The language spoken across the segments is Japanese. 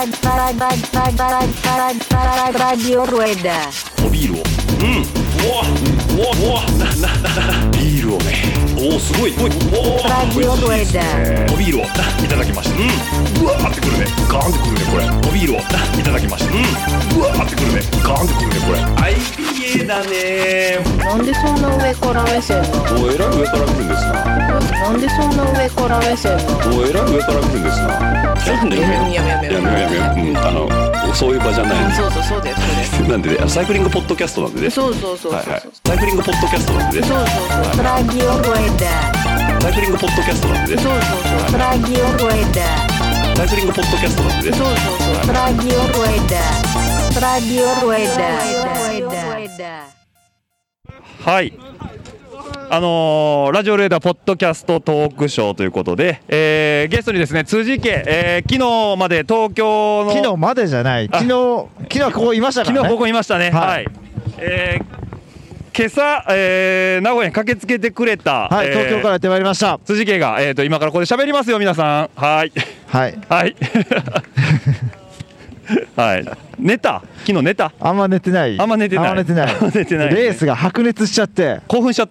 Radio Rueda。 おビールを、ビールをね、おおすごい、 Radio Rueda。 おビールをいただきました。うわーってくるね、ガーンってくるねこれ。おビールをいただきました。うわーってくるね、ガーンってくるねこれ。IPA だね。 なんでそんな上から目線なの？ おえらい上から来るんですな。 なんでそんな上から目線なの？ おえらい上から来るんですな。 やめよう、そういう場じゃない。 そうだよそれ。 なんでね、サイクリングポッドキャストなんでね。 そう、 はいはい。サイクリングポッドキャストなんでね。 そう。 Radio Rueda。 サイクリングポッドキャストなんでね。 そう。 Radio Rueda。 サイクリングポッドキャストなんでね。 そう。 Radio Rueda。Radio Rueda。 はい。ラジオレーダーポッドキャストトークショーということで、ゲストにですね辻家、昨日まで東京の昨日までじゃない昨日ここいましたからね。 昨日ここいましたね。はい。今朝、名古屋に駆けつけてくれた、 はい、東京からやってまいりました辻家が、今からここで喋りますよ皆さん。はいはいはい。昨日寝た？ あんま寝てない。 レースが白熱しちゃって興奮しちゃって、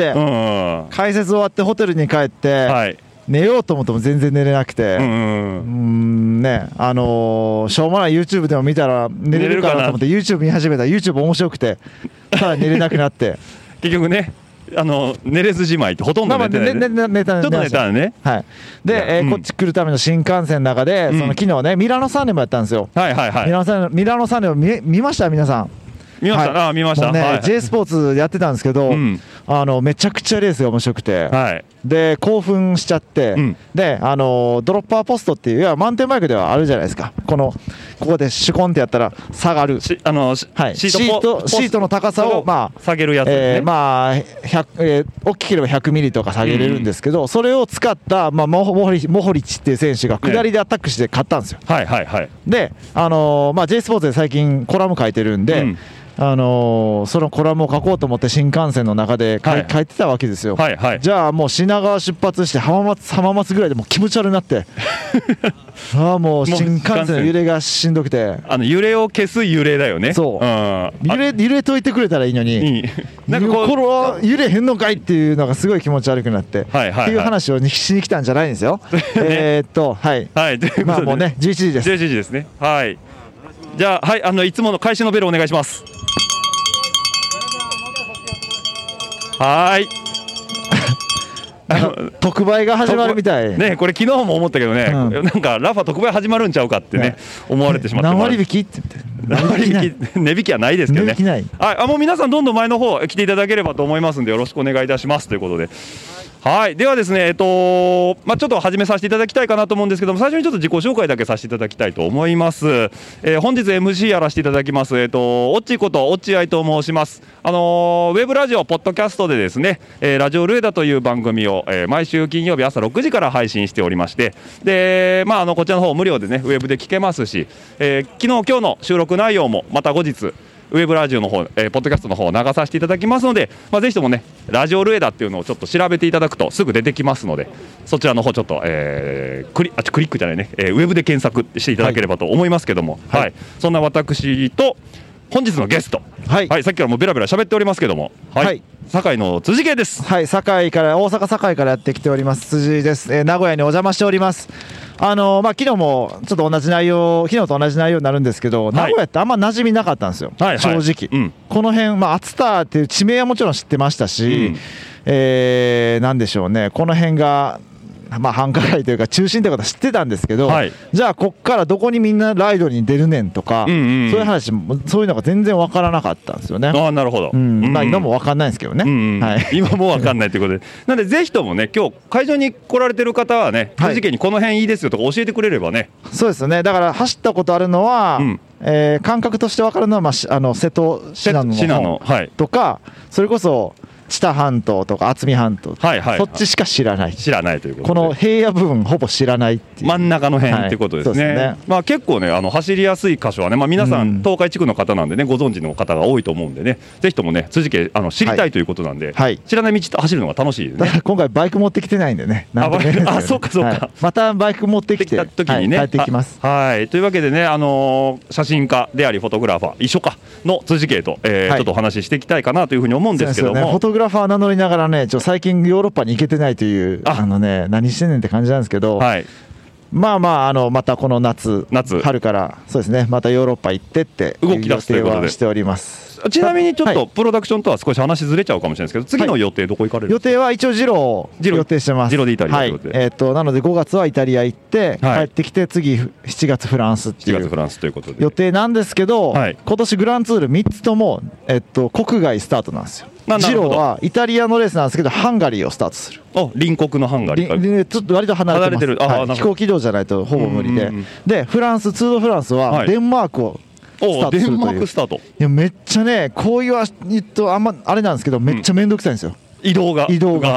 解説終わってホテルに帰って、 はい、 寝ようと思っても全然寝れなくて、ね、しょうもない YouTube でも見たら寝れるかなと思って YouTube 見始めたら YouTube 面白くてただ寝れなくなって結局ね寝れずじまいってほとんど寝てないね。 寝たちょっと寝たね。 はい。で、こっち来るための新幹線の中で、その昨日ねミラノサンデもやったんですよ。 はい。 ミラノサンデを見ました皆さん。 見ました。見ました。 ね、J スポーツやってたんですけど、めちゃくちゃレースが面白くて、で興奮しちゃって、でドロッパーポストっていう、いやマウンテンバイクではあるじゃないですか。ここでシュコンってやったら下がる、シートの高さを下げるやつですね。 大きければ100ミリとか下げれるんですけど、それを使ったモホリッチっていう選手が下りでアタックして勝ったんですよ。でJ スポーツで最近コラム書いてるんで、そのコラムを書こうと思って新幹線の中で書いてたわけですよ。じゃあもう品川出発して浜松ぐらいでもう気持ち悪くなってもう新幹線の揺れがしんどくて、 揺れを消す揺れだよね。 そう、揺れといてくれたらいいのに、なんかこれ揺れへんのかいっていうのがすごい気持ち悪くなって、っていう話をしに来たんじゃないんですよ。もうね11時です。 11時ですね。はい。じゃあいつもの開始のベルお願いします。はい。 特売が始まるみたいね。これ昨日も思ったけどね、なんかラファ特売始まるんちゃうかってね思われてしまって。 何割引きって言って値引きはないですけどね。もう皆さんどんどん前の方来ていただければと思いますんでよろしくお願いいたしますということで。はい。ではですね、ちょっと始めさせていただきたいかなと思うんですけども、最初にちょっと自己紹介だけさせていただきたいと思います。本日 MC やらせていただきます、オッチーことオッチーアイと申します。ウェブラジオポッドキャストでですね、ラジオルエダという番組を、毎週金曜日朝6時から配信しておりまして、でこちらの方無料でねウェブで聞けますし、昨日今日の収録内容もまた後日ウェブラジオの方、ポッドキャストの方を流させていただきますので、ぜひともねラジオルエダっていうのをちょっと調べていただくとすぐ出てきますので、そちらの方ちょっと、クリックじゃないね、ウェブで検索していただければと思いますけども、そんな私と本日のゲスト、さっきからもうベラベラ喋っておりますけども、堺の辻家です。 大阪堺からやってきております辻です。名古屋にお邪魔しております。昨日もちょっと昨日と同じ内容になるんですけど、名古屋ってあんま馴染みなかったんですよ、正直。この辺、熱田っていう地名はもちろん知ってましたし、なんでしょうね、この辺が繁華街というか中心ということは知ってたんですけど、じゃあこっからどこにみんなライドに出るねんとか、そういう話そういうのが全然分からなかったんですよね。 なるほど。 今も分かんないんですけどね。 今も分かんないということで、なんでぜひともね今日会場に来られてる方はね、辻家にこの辺いいですよとか教えてくれればね。 そうですね。だから走ったことあるのは、感覚として分かるのは瀬戸信濃の方とか、それこそ知多半島とか渥美半島、 はいはい、 そっちしか知らないということで、 この平野部分ほぼ知らないっていう真ん中の辺ってことですね。 はい、そうですね。 まあ、結構ね走りやすい箇所はね、まあ、皆さん東海地区の方なんでねご存知の方が多いと思うんでね、ぜひともね辻家知りたいということなんで、はい、知らない道走るのが楽しいですね。 今回バイク持ってきてないんでね。 あ、そうかそうか、はい、 またバイク持ってきて時にね、 帰ってきます。 はい、というわけでね、写真家でありフォトグラファー一緒かの辻家と、ちょっとお話ししていきたいかなというふうに思うんですけども、 フォトグラファー名乗りながらね最近ヨーロッパに行けてないという何してんねんって感じなんですけど、はい、まあまあまたこの夏春からそうですね、またヨーロッパ行ってって動き出すということでしております。 ちなみにちょっとプロダクションとは少し話ずれちゃうかもしれないですけど、次の予定どこ行かれるんですか？ 予定は一応ジロを予定してます。 ジロでイタリアということで、 はい、なので5月はイタリア行って、帰ってきて次7月フランスっていう予定なんですけど、今年グランツール3つとも、国外スタートなんですよ。ジロはイタリアのレースなんですけどハンガリーをスタートする。 隣国のハンガリーちょっと割と離れてる、飛行機移動じゃないとほぼ無理で、でフランスツードフランスはデンマークをデンマークスタート。 いやめっちゃねこういうとあれなんですけどめっちゃ面倒くさいんですよ、移動が。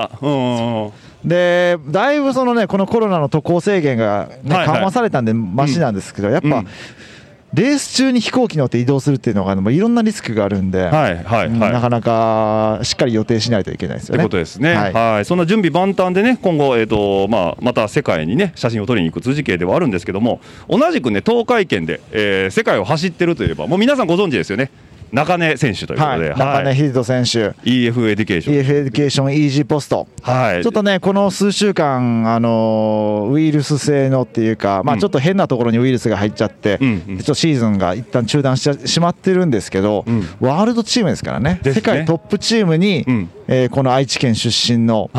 でだいぶこのコロナの渡航制限が、緩和されたんでマシなんですけど、やっぱ、レース中に飛行機乗って移動するっていうのがいろんなリスクがあるんで、なかなかしっかり予定しないといけないですよね。 ということですね。はい、そんな準備万端でね今後、また世界にね写真を撮りに行く辻家ではあるんですけども、同じくね東海圏で、世界を走ってるといえばもう皆さんご存知ですよね。中根選手ということで、 中根秀人選手、 EF エデュケーション EF エデュケーションイージーポスト、ちょっとねこの数週間ウイルス性のっていうか、ちょっと変なところにウイルスが入っちゃって、ちょっとシーズンが一旦中断してしまってるんですけど、ワールドチームですからね、世界トップチームに、この愛知県出身の、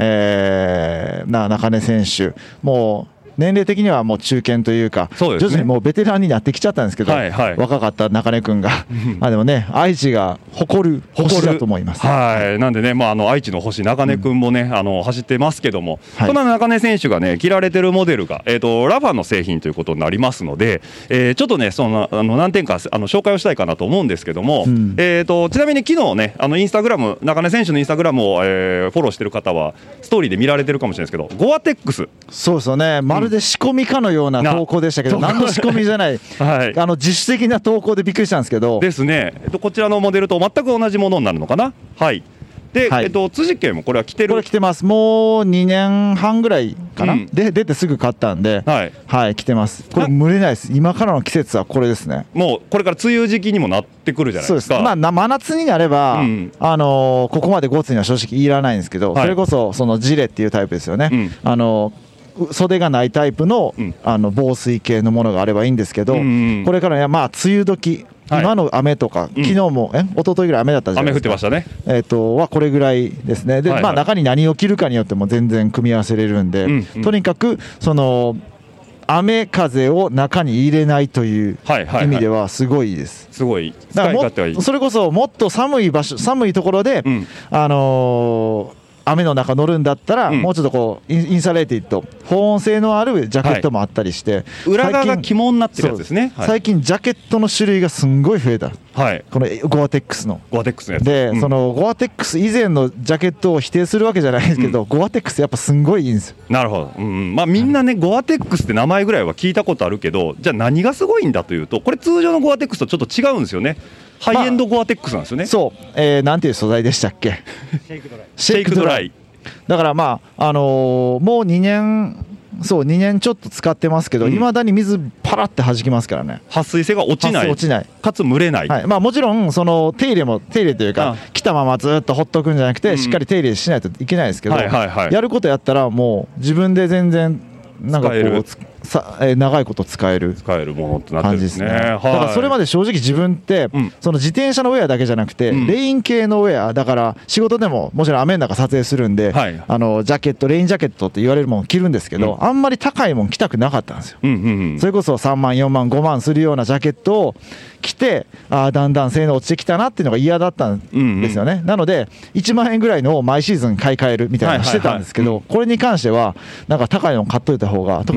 中根選手、もう年齢的にはもう中堅というか、徐々にもうベテランになってきちゃったんですけど、若かった中根君がでもね愛知が誇る星だと思います。 なんでね、愛知の星中根君もね、走ってますけども、そんな中根選手がね着られてるモデルが、ラファの製品ということになりますので、ちょっとね何点か紹介をしたいかなと思うんですけども、ちなみに昨日ねインスタグラム中根選手のインスタグラムを、フォローしてる方はストーリーで見られてるかもしれないですけど、ゴアテックス、 そうですよね、まるで仕込みかのような投稿でしたけど、何の仕込みじゃない、自主的な投稿でびっくりしたんですけどですね、こちらのモデルと全く同じものになるのかな。はいで、辻家もこれは着てる、 これ着てます。もう2年半ぐらいかな、で出てすぐ買ったんで、着てます。これ蒸れないです。今からの季節はこれですね。 もうこれから梅雨時期にもなってくるじゃないですか。 そうです。真夏になれば、ここまでゴツには正直いらないんですけど、それこそそのジレっていうタイプですよね、袖がないタイプの、防水系のものがあればいいんですけど、これから梅雨時、今の雨とか、昨日も一昨日ぐらい雨だったじゃないですか。 雨降ってましたね。 はこれぐらいですね。で、中に何を着るかによっても全然組み合わせれるんで、とにかくその雨風を中に入れないという意味ではすごいです。 すごい。 だからそれこそもっと寒い場所、寒いところで、雨の中乗るんだったら、もうちょっとこうインサレーティッド保温性のあるジャケットもあったりして、 裏側が肝になってるやつですね。 最近ジャケットの種類がすんごい増えた、このゴアテックスのやつで、そのゴアテックス以前のジャケットを否定するわけじゃないですけど、ゴアテックスやっぱすんごいいいんですよ。 なるほど、みんなねゴアテックスって名前ぐらいは聞いたことあるけど、じゃあ何がすごいんだというと、これ通常のゴアテックスとちょっと違うんですよね。ハイエンドゴアテックスなんですよね。 そう、なんていう素材でしたっけ？ シェイクドライ。 だからもう2年ちょっと使ってますけど、いまだに水パラって弾きますからね。 撥水性が落ちないかつ蒸れない、 もちろんその手入れというか、来たままずっとほっとくんじゃなくて、しっかり手入れしないといけないですけど、やることやったらもう自分で全然なんかこう長いこと使えるものってなってるんですね。 だからそれまで正直自分って、その自転車のウェアだけじゃなくて、レイン系のウェアだから、仕事でももちろん雨の中撮影するんで、ジャケットレインジャケットって言われるものを着るんですけど、あんまり高いもん着たくなかったんですよ。それこそ3万4万5万するようなジャケットを着て、だんだん性能落ちてきたなっていうのが嫌だったんですよね。なので1万円ぐらいのを毎シーズン買い替えるみたいなのしてたんですけど、これに関してはなんか高いの買っといた方が、特にライドに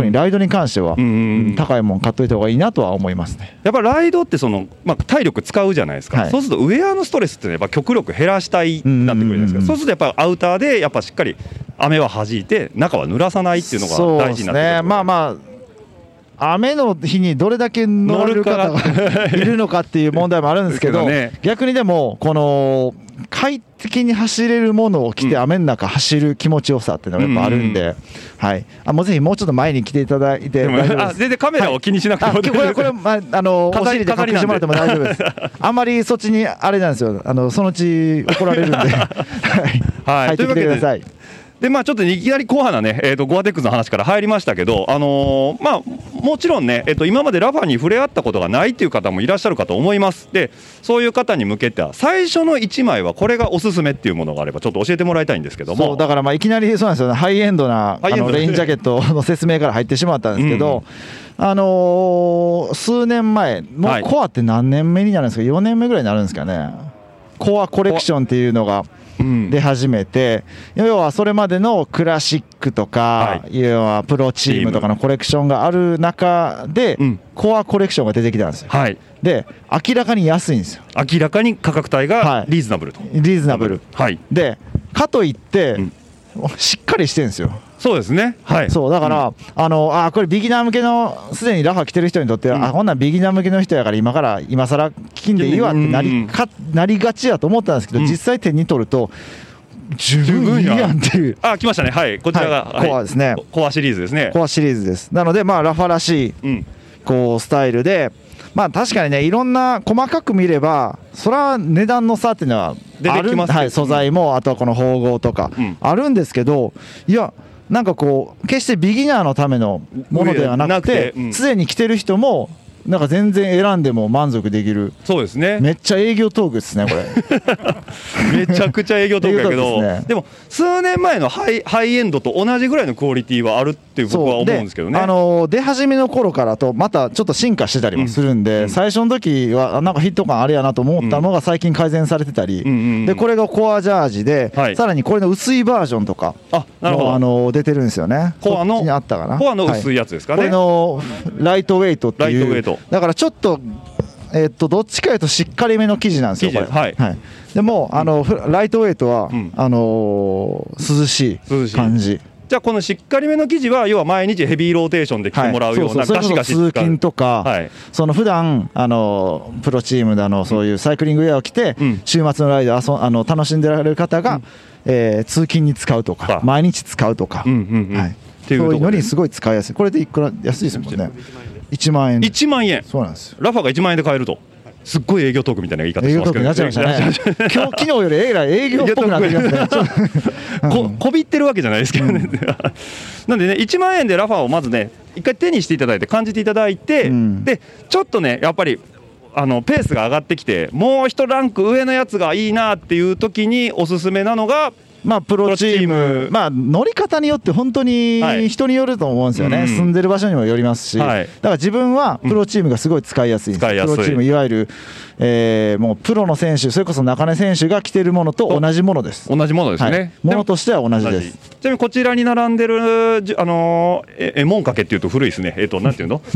関しては、高いもん買っといた方がいいなとは思いますね。 やっぱライドって体力使うじゃないですか、そうするとウェアのストレスってやっぱ極力減らしたいなってくるじゃないですか。そうするとやっぱアウターでやっぱしっかり雨は弾いて中は濡らさないっていうのが大事になってくる。そうですね。まあ雨の日にどれだけ乗る方がいるのかっていう問題もあるんですけど、逆にでもこの快適に走れるものを着て雨の中走る気持ちよさっていうのがやっぱあるんで、はい、もうぜひもうちょっと前に来ていただいて大丈夫です。 全然カメラを気にしなくても、 これお尻で隠してもらっても大丈夫です。あんまりそっちにあれなんですよ、そのうち怒られるんで入ってきてください。 でちょっといきなり硬派なね、ゴアテックスの話から入りましたけど、もちろんね、今までラファに触れ合ったことがないっていう方もいらっしゃるかと思います。でそういう方に向けては最初の1枚はこれがおすすめっていうものがあればちょっと教えてもらいたいんですけども。 そうだからいきなりそうなんですよね、ハイエンドなレインジャケットの説明から入ってしまったんですけど、数年前もうコアって何年目になるんですか、4年目ぐらいになるんですかね。コアコレクションっていうのが出始めて、要はそれまでのクラシックとか、要はプロチームとかのコレクションがある中で、コアコレクションが出てきたんですよ。で明らかに安いんですよ。 明らかに価格帯がリーズナブルと。 リーズナブルでかといって、しっかりしてるんですよ。 そうですね、 そうだから、これビギナー向けのすでにラファ着てる人にとっては、こんなんビギナー向けの人やから今更着んでいいわってなりがちやと思ったんですけど、実際手に取ると十分いいやんっていう。 来ましたね。こちらがコアですね。 コアシリーズですね。 コアシリーズです。なのでラファらしいこうスタイルで、確かにね、いろんな細かく見ればそれは値段の差っていうのはある、素材もあとはこの縫合とかあるんですけど、いやなんかこう決してビギナーのためのものではなくて、すでに着てる人もなんか全然選んでも満足できる。 そうですね。 めっちゃ営業トークですねこれ。 めちゃくちゃ営業トークやけど、でも数年前のハイエンドと同じぐらいのクオリティはあるって僕は思うんですけどね。 出始めの頃からとまたちょっと進化してたりもするんで、最初の時はなんかヒット感あれやなと思ったのが最近改善されてたり、でこれがコアジャージで、さらにこれの薄いバージョンとか出てるんですよね。 コアの薄いやつですかね。 これのライトウェイトっていう、だからちょっとどっちかというとしっかりめの生地なんですよこれ。でもライトウェイトは涼しい感じ。 じゃあこのしっかりめの生地は要は毎日ヘビーローテーションで着てもらうようなガシガシ通勤とか、その普段プロチームだのそういうサイクリングウェアを着て週末のライド楽しんでられる方が通勤に使うとか毎日使うとか、そういうのにすごい使いやすい。これでいくら安いですもんね。1万円。 1万円。 そうなんですよ。 ラファが1万円で買えると。すっごい営業トークみたいな言い方しますけど。 営業トークになっちゃいましたね。昨日より営業っぽくなってきますね。 こびってるわけじゃないですけどね。なんでね、1万円でラファをまずね一回手にしていただいて感じていただいて、でちょっとねやっぱりペースが上がってきてもう一ランク上のやつがいいなっていう時におすすめなのがプロチーム、乗り方によって本当に人によると思うんですよね。住んでる場所にもよりますし、だから自分はプロチームがすごい使いやすいんです。プロチームいわゆるもうプロの選手、それこそ中根選手が着てるものと同じものです。 同じものですね。 ものとしては同じです。 ちなみにこちらに並んでるエモンかけっていうと古いですね。なんていうの？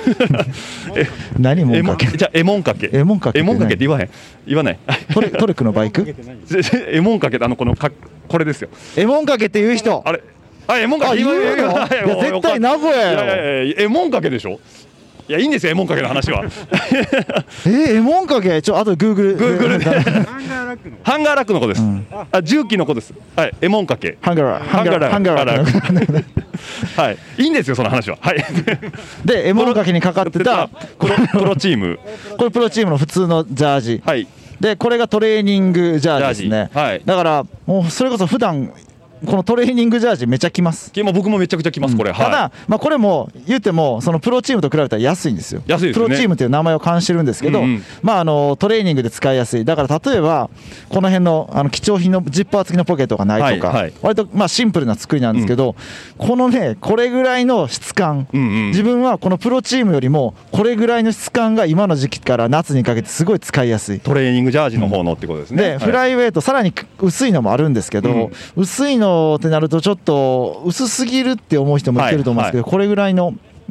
何モンかけ？ じゃあエモンかけ。 エモンかけって言わない。 トレックのバイク？ エモンかけってこれですよ。 エモンかけっていう人。 エモンかけ。 言うの？絶対名古屋やよ。エモンかけでしょ。いやいいんですよエモンかけの話は。 エモンかけあとグーグルでハンガーラックの子です。重機の子です。エモンかけ。 ハンガーラック。いいんですよその話は。 でエモンかけにかかってたプロチーム。 これプロチームの普通のジャージ。でこれがトレーニングジャージですね。だからもうそれこそ普段このトレーニングジャージめちゃ着ます。 僕もめちゃくちゃ着ますこれ。 ただこれも言ってもそのプロチームと比べたら安いんですよ。 安いですね。 プロチームという名前を冠してるんですけど、トレーニングで使いやすい。だから例えばこの辺の貴重品のジッパー付きのポケットがないとか、割とシンプルな作りなんですけど、このねこれぐらいの質感、自分はこのプロチームよりもこれぐらいの質感が今の時期から夏にかけてすごい使いやすい。 トレーニングジャージの方のってことですね。 でフライウェイトさらに薄いのもあるんですけど、薄いのってなるとちょっと薄すぎるって思う人もいてると思うんですけど、これぐらいの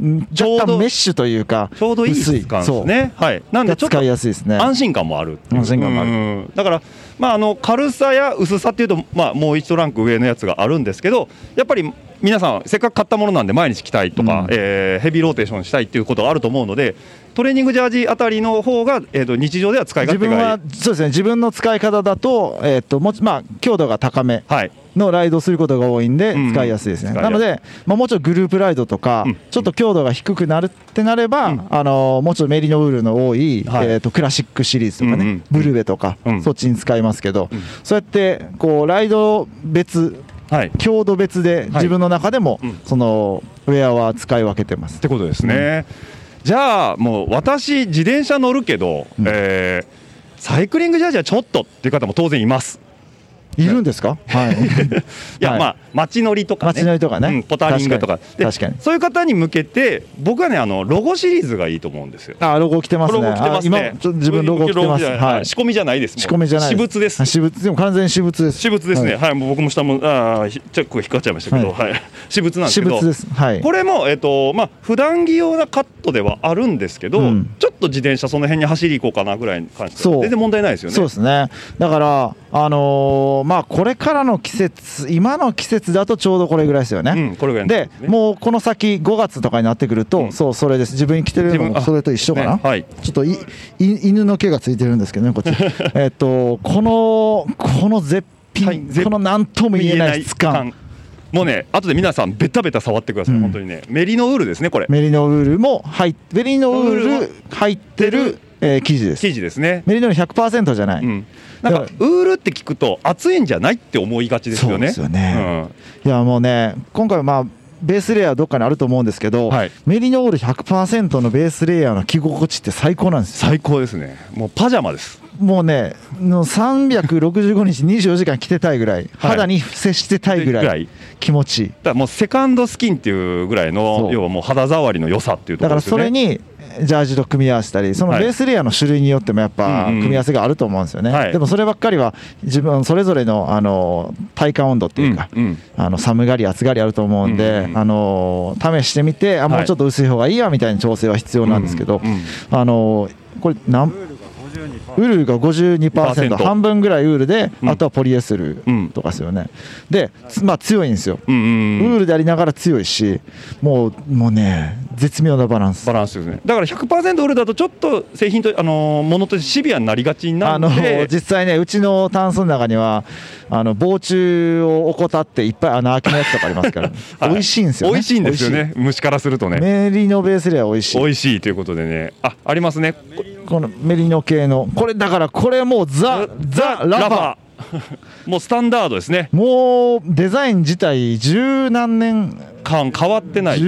若干メッシュというかちょうどいい質感ですね。はい。なんでちょっと使いやすいですね。 安心感もある。 安心感もある。 だから軽さや薄さっていうともう一ランク上のやつがあるんですけど、やっぱり皆さんせっかく買ったものなんで毎日着たいとか、ヘビーローテーションしたいっていうことがあると思うので、トレーニングジャージあたりの方が日常では使い勝手がいい。 自分はそうですね、自分の使い方だと強度が高めのライドすることが多いんで使いやすいですね。なのでもうちょっとグループライドとかちょっと強度が低くなるってなれば、もうちょっとメリノウールの多いクラシックシリーズとかね、ブルベとかそっちに使いますけど、そうやってこうライド別、強度別で自分の中でもそのウェアは使い分けてますってことですね。じゃあもう私自転車乗るけど、サイクリングジャージはちょっとっていう方も当然います。 いるんですか？はい。 いや街乗りとかね、ポタリングとか、 確かにそういう方に向けて僕はねロゴシリーズがいいと思うんですよ。 ロゴ着てますね。 ロゴ着てますね。 今自分ロゴ着てます。はい。 仕込みじゃないです。 仕込みじゃない。 私物です。 私物でも完全に私物です。 私物ですね。はい。もう僕も下もチェックが引っかかっちゃいましたけど、はい。私物なんですけど。 私物です。はい。 これも普段着用なカットではあるんですけど、ちょっと自転車その辺に走り行こうかなぐらいに関しては全然問題ないですよね。 そうですね。だからこれからの季節、今の季節だとちょうどこれぐらいですよね。 これぐらいでもうこの先5月とかになってくると、それです。自分に着てるのもそれと一緒かな。ちょっと犬の毛がついてるんですけどね、こっち。この絶品、この何とも言えない質感。 もうね、後で皆さんベタベタ触ってください。本当にね、メリノウールですね、これ。 メリノウールもメリノウール入ってる生地です。 生地ですね。 メリノウール 100% じゃない。 なんかウールって聞くと暑いんじゃないって思いがちですよね。 そうですよね。いやもうね、今回はベースレイヤーどっかにあると思うんですけど、メリノウール 100% のベースレイヤーの着心地って最高なんですよ。 最高ですね。もうパジャマです。 もうね、365日24時間着てたいぐらい、肌に接してたいぐらい気持ちいい。 だからもうセカンドスキンっていうぐらいの、要はもう肌触りの良さっていうところですよね。 だからそれにジャージと組み合わせたり、そのベースレイヤーの種類によってもやっぱ組み合わせがあると思うんですよね。でもそればっかりは自分それぞれの体感温度っていうか、寒がり暑がりあると思うんで、試してみてもうちょっと薄い方がいいわみたいな調整は必要なんですけど、これウールが 52%、半分ぐらいウールで、あとはポリエステルとかですよね。で強いんですよ。ウールでありながら強いし、もうね絶妙なバランスですね。だから 100% ウールだとちょっと製品とものとしてシビアになりがちになるので、 実際ねうちのタンスの中には防虫を怠っていっぱい穴開きのやつとかありますから美味しいんですよね。 美味しいんですよね、虫からするとね。 メリノベースレイヤー美味しいということでね、ありますね、 このメリノ系のこれだから、これもうザ・ラファもうスタンダードですね。 もうデザイン自体十何年間変わってない、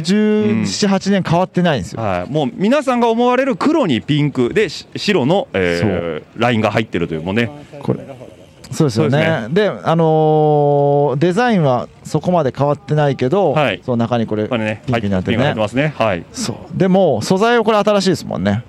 17、8年変わってないんですよ。 もう皆さんが思われる黒にピンクで白のラインが入ってるという、もうねこれそうですよね。でデザインはそこまで変わってないけど、その中にこれピンクになってね。でも素材はこれ新しいですもんね。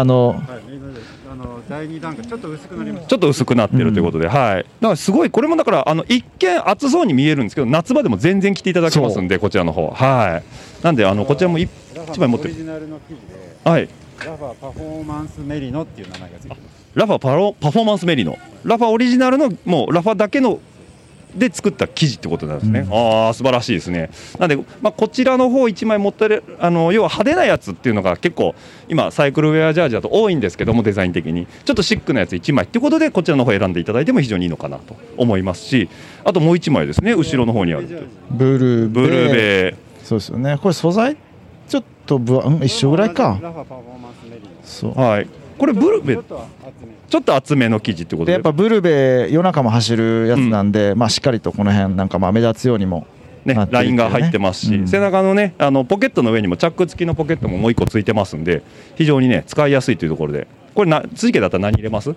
第2段階ちょっと薄くなりました。 ちょっと薄くなってるということで、だからすごい、これもだから一見厚そうに見えるんですけど、夏場でも全然着ていただけますんで、こちらの方。なんでこちらも一枚持ってる。 オリジナルの生地で、 ラファパフォーマンスメリノっていう名前がついてます。 ラファパフォーマンスメリノ、ラファオリジナルのもうラファだけので作った生地ってことなんですね。素晴らしいですね。なんでこちらの方1枚持ってる要は派手なやつっていうのが結構今サイクルウェアジャージだと多いんですけども、デザイン的にちょっとシックなやつ1枚っていうことでこちらの方選んでいただいても非常にいいのかなと思いますし、あともう1枚ですね、後ろの方にあるブルーベ。そうですよね。これ素材ちょっと一緒ぐらいか。 ラファパフォーマンスメリノ。 そう。 これブルベちょっと厚めの生地ってことで、 やっぱブルベ夜中も走るやつなんで、しっかりとこの辺なんか目立つようにもラインが入ってますし、背中のねポケットの上にもチャック付きのポケットももう1個ついてますんで、非常にね使いやすいというところで、これ続けだったら何入れます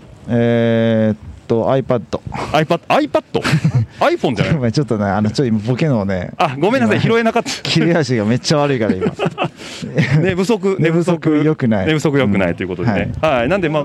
？iPad？iPhone じゃない？ ちょっとね今ボケのね、 ごめんなさい、拾えなかった。 切れ味がめっちゃ悪いから今寝不足良くないということでね。なんで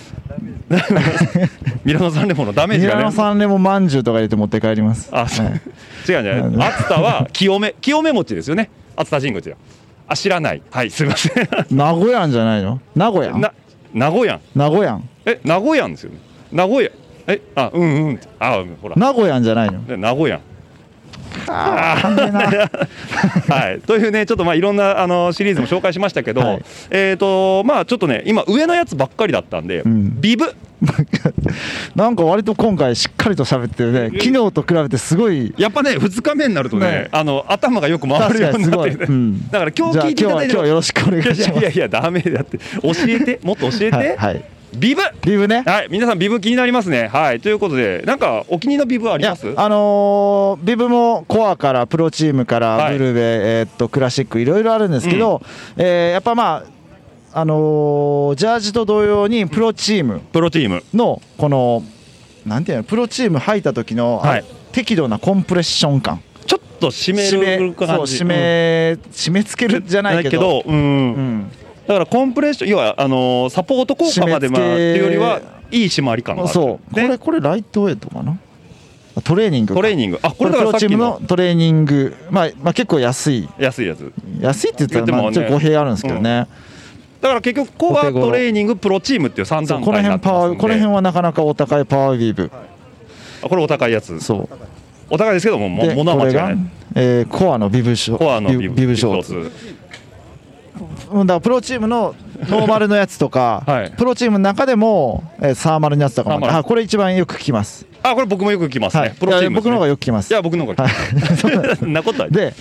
ミラノサンレモのダメージがね。 ミラノサンレモまんじゅうとか入れて持って帰ります。 違うんじゃない。熱田は清め餅ですよね。熱田神口だ。 あ、知らない。はい、すみません。 名古屋じゃないの？名古屋？ 名古屋。 名古屋。 名古屋ですよね。名古屋。あ、うんあ、ほら。 名古屋じゃないの？ 名古屋。 関係ない。 はい、というね、ちょっとまあいろんなシリーズも紹介しましたけど、 はい、 まあちょっとね、今上のやつばっかりだったんで、ビブなんか割と今回しっかりと喋ってるね。昨日と比べてすごいやっぱね、2日目になるとね、頭がよく回るようになって、だから今日聞いていただいて、 今日はよろしくお願いします。 いやダメだって、教えて、もっと教えて。はい、ビブね。はい、皆さんビブ気になりますね。はい、ということで、なんかお気に入りのビブあります？ ビブもコアからプロチームからブルベ、クラシックいろいろあるんですけど、やっぱまあジャージと同様にプロチームのこのなんていうの、プロチーム履いた時の、適度なコンプレッション感、 ちょっと締める感じ、 締め付けるじゃないけど、だからコンプレッション、要はサポート効果までっていうよりはいい締まり感がある。そう、これライトウェイトかな、トレーニング、 あ、これだからさっきのプロチームのトレーニング、まあ結構安いやつ、 安いって言ったらちょっと語弊あるんですけどね。 だから結局コアトレーニングプロチームっていう3段階になってますんで、 この辺はなかなかお高いパワービーブ、 これお高いやつ、 そうお高いですけども、物は間違いない。 コアのビブショーツ、だからプロチームのノーマルのやつとか、プロチームの中でもサーマルのやつとかも、これ一番よく聞きます。 これ僕もよく聞きますね。プロチーム僕の方がよく聞きます。 いや、僕の方がそんなことないで、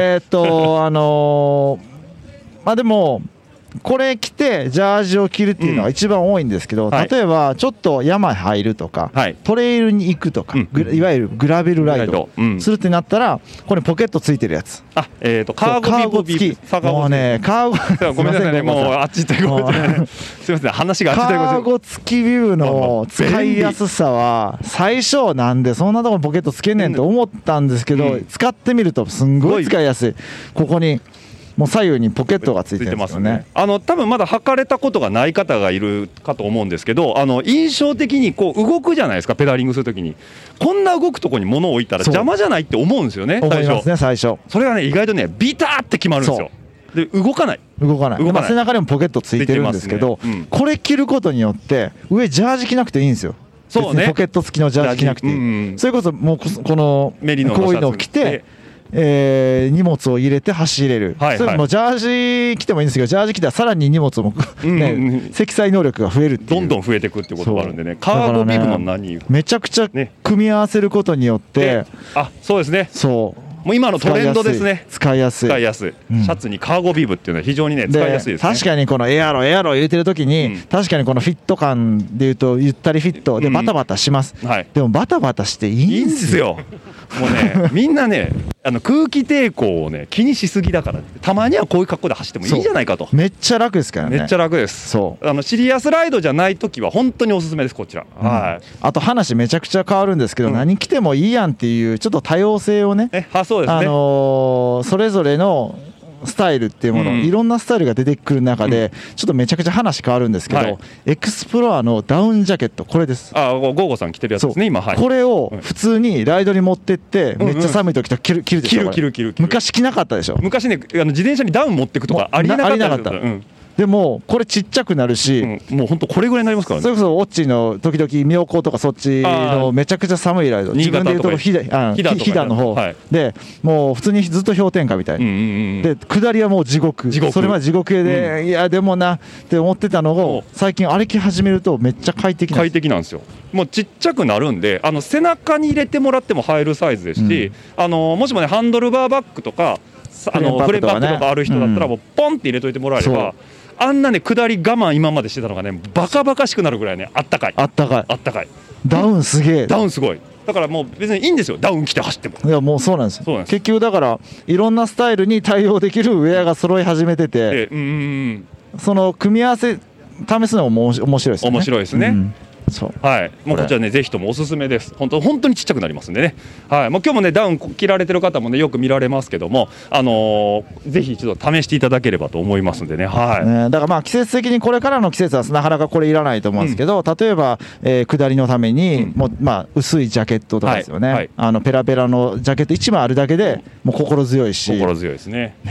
まあでもこれ着てジャージを着るっていうのが一番多いんですけど、例えばちょっと山入るとか、トレイルに行くとか、いわゆるグラベルライドするってなったら、これポケットついてるやつ、 カーゴ付き、 もうね、カーゴ、 ごめんなさいね、もうあっち行ってごめんなさい、すみません、話があっち行ってごめんなさい。 カーゴ付きビブの使いやすさは最初なんでそんなところポケットつけねんと思ったんですけど、使ってみるとすんごい使いやすい。ここにもう左右にポケットがついてるんですよね。 多分まだ履かれたことがない方がいるかと思うんですけど、印象的にこう動くじゃないですか、ペダリングするときに。こんな動くところに物を置いたら邪魔じゃないって思うんですよね、 思いますね、最初。 それがね、意外とね、ビターって決まるんですよ。で、動かない、 背中にもポケットついてるんですけど、これ着ることによって上ジャージ着なくていいんですよ。そうね、ポケット付きのジャージ着なくていい。それこそもうこのこういうのを着て荷物を入れて走れる。それもジャージ着てもいいんですけど、ジャージ着たらさらに荷物も積載能力が増えるっていう、 どんどん増えていくっていうことがあるんでね、カーゴビブの何めちゃくちゃ組み合わせることによって、 そうですね、もう今のトレンドですね。 使いやすい、シャツにカーゴビブっていうのは非常にね、使いやすいですね。 確かにこのエアロ入れてる時に、確かにこのフィット感でいうとゆったりフィットでバタバタします。でもバタバタしていいんですよ。 もうね、みんなね、空気抵抗をね気にしすぎだから、たまにはこういう格好で走ってもいいじゃないかと。 めっちゃ楽ですからね。 めっちゃ楽です。シリアスライドじゃない時は本当におすすめです、こちら。 あと話めちゃくちゃ変わるんですけど、何着てもいいやんっていうちょっと多様性をね、 そうですね、 それぞれのスタイルっていうもの、いろんなスタイルが出てくる中で、ちょっとめちゃくちゃ話変わるんですけど、エクスプロアのダウンジャケット、これです。 ゴーゴさん着てるやつですね、今。 これを普通にライドに持ってってめっちゃ寒い時と着るでしょ。 着る。 昔着なかったでしょ。 昔ね、自転車にダウン持ってくとかありなかった。 でもこれちっちゃくなるし、 もう本当これぐらいになりますからね。 それこそオッチの時々妙高とかそっちのめちゃくちゃ寒いライド、自分でいうと飛騨の方で、もう普通にずっと氷点下みたいで、下りはもう地獄、それまで地獄で、いやでもなって思ってたのを最近歩き始めるとめっちゃ快適なんですよ。もうちっちゃくなるんで、背中に入れてもらっても入るサイズですし、もしもねハンドルバーバッグとかフレームパックとかある人だったらもうポンって入れといてもらえれば、あんなね下り我慢今までしてたのがねバカバカしくなるぐらいね、あったかいダウンすげえ、 ダウンすごい。だからもう別にいいんですよ、ダウン着て走っても。 いやもうそうなんですよ。結局だからいろんなスタイルに対応できるウェアが揃い始めてて、その組み合わせ試すのも面白いですね。 面白いですね。もうこちらねぜひともおすすめです。本当にちっちゃくなりますんでね。もう今日もねダウン着られてる方もねよく見られますけども、ぜひ一度試していただければと思いますんでね。だからまあ季節的にこれからの季節はなかなかこれいらないと思うんですけど、例えば下りのためにもうまあ薄いジャケットとかですよね。ペラペラのジャケット1枚あるだけでもう心強いし。 心強いですね。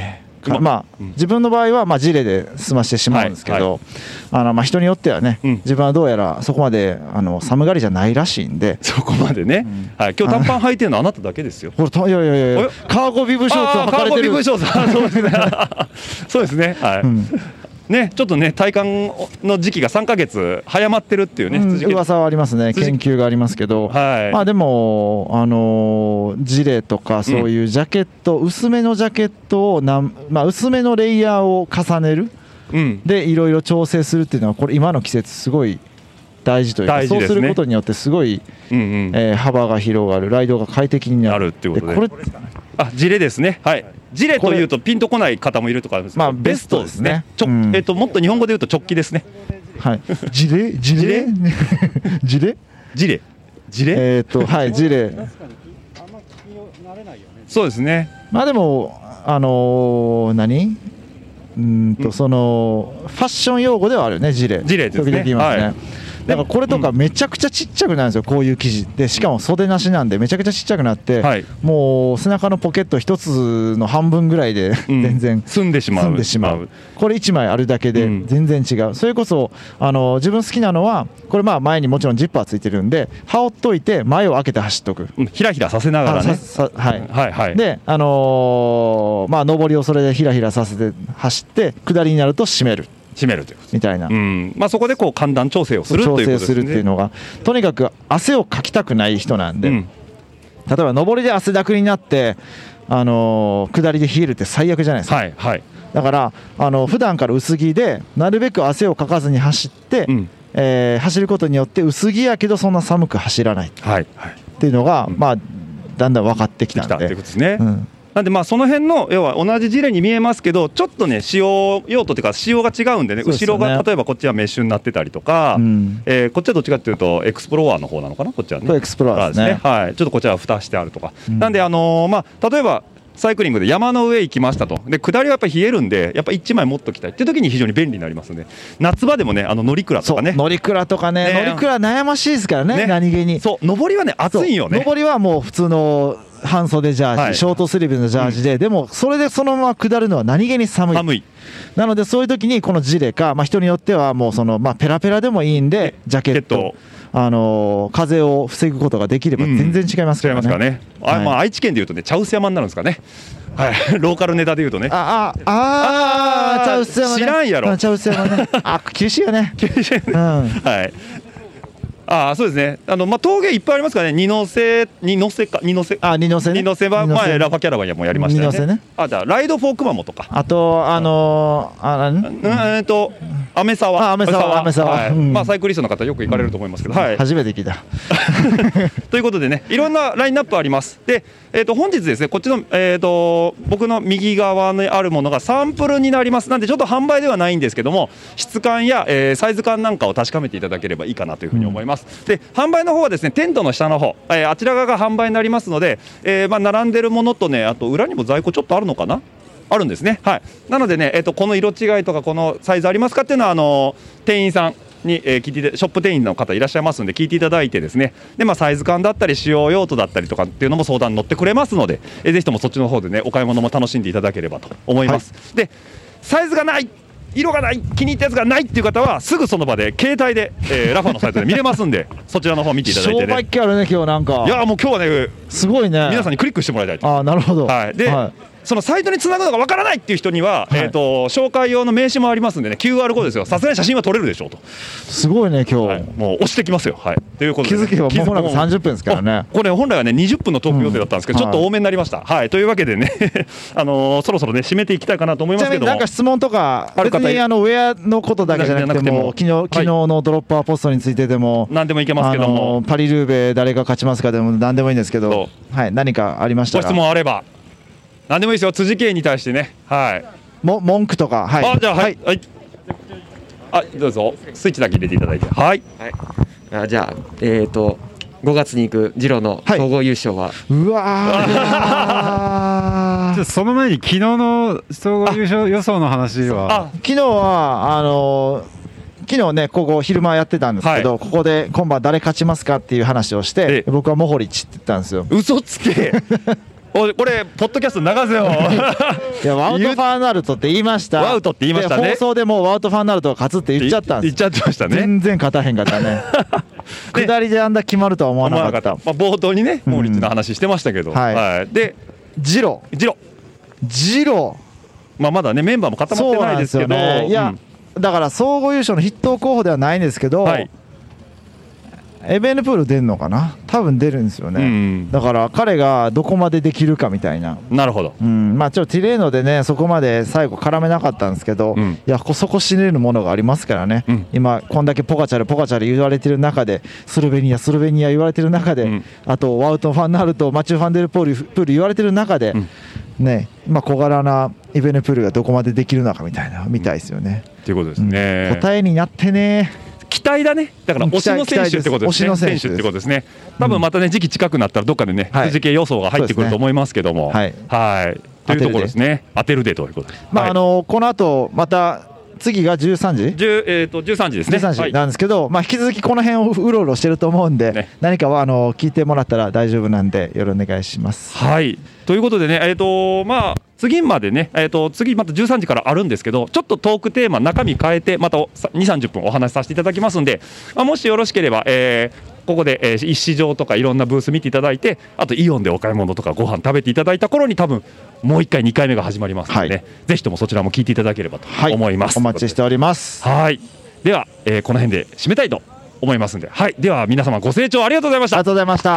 自分の場合はジレで済ましてしまうんですけど、人によってはね、自分はどうやらそこまで寒がりじゃないらしいんで、 そこまでね、今日短パン履いてるのあなただけですよ。 いやカーゴビブショーツを履かれてる。 カーゴビブショーツそうですね、はい、ね、ちょっとね体感の時期が3ヶ月早まってるっていうね、 噂はありますね、研究がありますけど、でもジレとかそういうジャケット、薄めのジャケットを薄めのレイヤーを重ねる、でいろいろ調整するっていうのはこれ今の季節すごい大事というか、そうすることによってすごい幅が広がる、ライドが快適になるっていうことで、これジレですね。はい、ジレというとピンとこない方もいるとか、ベストですね。もっと日本語で言うと直帰ですね。 はい、ジレはいジレ。 そうですね。 でもそのファッション用語ではあるよね、ジレですね。時々言いますね。だからこれとかめちゃくちゃちっちゃくなるんですよ、こういう生地で、しかも袖なしなんでめちゃくちゃちっちゃくなって、もう背中のポケット一つの半分ぐらいで全然済んでしまう。 これ1枚あるだけで全然違う。それこそ自分好きなのはこれ、前にもちろんジッパーついてるんで羽織っといて前を開けて走っとく、 ひらひらさせながらね。 で上りをそれでひらひらさせて走って下りになると締めるというみたいな、 そこでこう寒暖調整をするということですね。 調整するっていうのが、とにかく汗をかきたくない人なんで、例えば上りで汗だくになって下りで冷えるって最悪じゃないですか。だから普段から薄着でなるべく汗をかかずに走って、走ることによって薄着やけどそんな寒く走らないっていうのが、だんだん分かってきたんで。 ということですね。なんでその辺の要は同じジレに見えますけど、ちょっとね使用用途というか仕様が違うんでね、後ろが例えばこっちはメッシュになってたりとか、こっちはどっちかというとエクスプローラーの方なのかな、こっちはね。 エクスプローラーですね。 ちょっとこっちは蓋してあるとか、なんで例えばサイクリングで山の上行きましたと、で下りはやっぱり冷えるんで、やっぱ1枚持っときたいっていう時に非常に便利になりますので、夏場でもね乗鞍とかね、 乗鞍とかね、乗鞍悩ましいですからね、何気に。 そう、上りはね暑いよね。 上りはもう普通の半袖ジャージ、ショートスリーブのジャージで、でもそれでそのまま下るのは何気に寒い。なのでそういう時にこのジレか、人によってはもうペラペラでもいいんでジャケット、風を防ぐことができれば全然違いますからね。 愛知県でいうとね茶臼山になるんですかね。ローカルネタでいうとね。 茶臼山ね。 知らんやろ。 茶臼山ね。厳しいよね。 そうですね。峠いっぱいありますからね。二ノ瀬は前ラファキャラバンやもやりましたよね。じゃあライドフォークマモとか。 あとアメ沢。 サイクリストの方よく行かれると思いますけど。 初めて聞いた。 ということでね、いろんなラインナップあります。で、本日ですね、こっちの僕の右側にあるものがサンプルになります。なんでちょっと販売ではないんですけども、質感やサイズ感なんかを確かめていただければいいかなというふうに思います。で、販売の方はですね、テントの下の方、あちら側が販売になりますので、並んでるものとね、あと裏にも在庫ちょっとあるのかな。あるんですね。なのでね、この色違いとかこのサイズありますかっていうのは店員さんに聞いて、ショップ店員の方いらっしゃいますので聞いていただいてですね、でサイズ感だったり使用用途だったりとかっていうのも相談に乗ってくれますので、ぜひともそっちの方でねお買い物も楽しんでいただければと思います。で、サイズがない、色がない、気に入ったやつがないっていう方はすぐその場で携帯で、ラファのサイトで見れますんでそちらの方見ていただいてね。 商売っ気あるね今日なんか。 いやもう今日はねすごいね。 皆さんにクリックしてもらいたいと。 なるほど。 で、そのサイトにつなぐのがわからないっていう人には、紹介用の名刺もありますんでね、 QR コードですよ。さすがに写真は撮れるでしょうと。 すごいね今日、 もう押してきますよ。ということで、 気づけばもうなんか30分ですからね。 これ本来はね20分のトーク予定だったんですけど、ちょっと多めになりました。というわけでねそろそろね締めていきたいかなと思いますけども、 なんか質問とか別にウェアのことだけじゃなくても、昨日のドロッパーポストについてでも何でもいけますけども、 パリルーベ誰が勝ちますかでも何でもいいんですけど、何かありましたらご質問あれば何でもいいですよ。辻圭に対してね、 文句とか。 じゃあどうぞスイッチだけ入れていただいて。 じゃあ5月に行くジロの総合優勝は、 うわその前に昨日の総合優勝予想の話は、 昨日は昨日ねここ昼間やってたんですけど、ここで今晩誰勝ちますかっていう話をして、僕はモホリッチって言ったんですよ。 嘘つけおいこれポッドキャスト流せよいやワウト・ファーナルトって言いました。 ワウトって言いましたね。 で放送でもうワウト・ファーナルトが勝つって言っちゃったんです。 言っちゃってましたね。 全然勝たへんかったね下りであんだ決まるとは思わなかった。 まあ、冒頭にねモーリッツの話してましたけど、 はい、でジロまあまだねメンバーも固まってないですけど、 ね、いや、だから総合優勝の筆頭候補ではないんですけど、はい、エベネプール出るのかな、多分出るんですよね、だから彼がどこまでできるかみたいな。 なるほど、 まあちょっとティレーノでねそこまで最後絡めなかったんですけど、いやそこしねるものがありますからね、今こんだけポカチャル言われてる中で、スロベニア言われてる中で、あとワウト・ファンナルト、マチュー・ファンデルプール言われてる中で、ね、まあ小柄なイベネプールがどこまでできるのかみたいな見たいですよね。 ということですね。 答えになってね。 期待だね。だから推しの選手ってことですね。推しの選手ってことですね。多分またね時期近くなったらどっかでね藤系予想が入ってくると思いますけども、はいというところですね。当てるでということで。 まあこの後また次が13時 13時ですね。 13時なんですけど、まあ引き続きこの辺をうろうろしてると思うんで、何かは聞いてもらったら大丈夫なんでよろしくお願いします。 はい。ということでねまあ次までね次また13時からあるんですけど、ちょっとトークテーマ中身変えてまた2、30分お話しさせていただきますんで、もしよろしければここで一市場とかいろんなブース見ていただいて、あとイオンでお買い物とかご飯食べていただいた頃に多分もう1回2回目が始まりますのでね、ぜひともそちらも聞いていただければと思います。 お待ちしております。 はい。ではこの辺で締めたいと思いますんで、はい。では皆様ご清聴ありがとうございました。 ありがとうございました。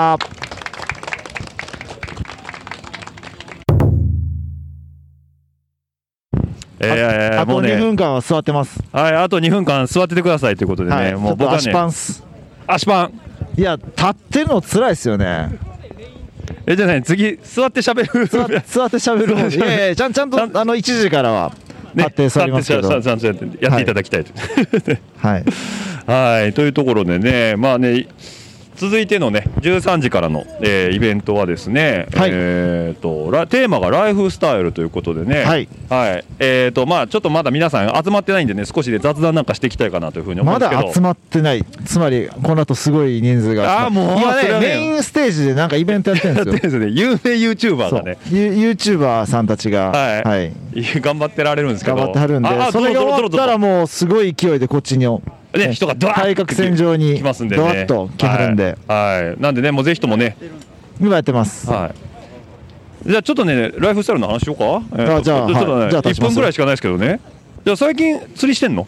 あと2分間は座ってます。 はい、あと2分間座っててくださいということでね、 もう僕はね足パンす。 足パン。 いや立ってるの辛いですよね。 じゃあね次座って喋る。 座って喋る。いやいやちゃんと1時からは立って座りますけど、 ちゃんとやっていただきたいと。 はいはいというところでね、まあね。続いてのね13時からの、イベントはですね、テーマがライフスタイルということでね、まあちょっとまだ皆さん集まってないんでね、少しで雑談なんかしていきたいかなというふうに思うんですけど、 まだ集まってない。つまりこの後すごい人数がもう今ねメインステージでなんかイベントやってるんですよ。 有名 YouTuber がね、 YouTuber さんたちが頑張ってられるんですけど、 頑張ってはるんで、それが終わったらもうすごい勢いでこっちに人がドワッと対角線上にドワッと来はるんで、 なんでねもうぜひともね今やってます。 じゃあちょっとねライフスタイルの話しようか。 じゃあ 1分ぐらいしかないですけどね。じゃあ最近釣りしてんの？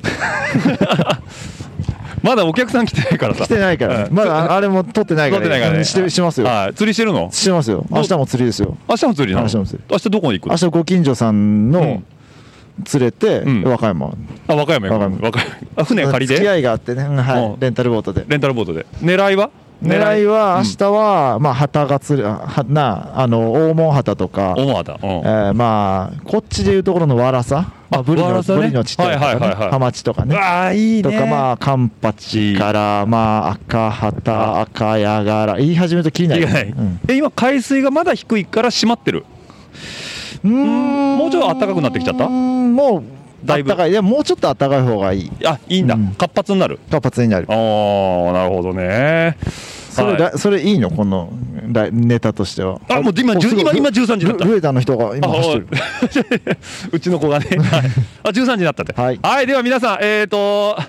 まだお客さん来てないからさ。 来てないから。まだあれも撮ってないからね。しますよ。 釣りしてるの？ してますよ。明日も釣りですよ。 明日も釣りなの？明日どこに行くの？ 明日ご近所さんの連れて和歌山。 和歌山。船借りで？ 付き合いがあってね。レンタルボートで。 狙いは明日はまあ旗が釣る大門旗とか、まあこっちでいうところのワラサ、ブリのちっちゃいハマチとかね、とかまあカンパチからまあ赤旗赤ヤガラ言い始めるときりない。 今海水がまだ低いから閉まってる。もうちょっと暖かくなってきちゃった？ もうだいぶいやもうちょっと暖かい方がいい。 いいんだ。活発になる。 なるほどね。 それいいのこのネタとしては。 もう今13時だった。 ルエダの人が今走ってる。 うちの子がね。13時になったって。はい。では皆さん今日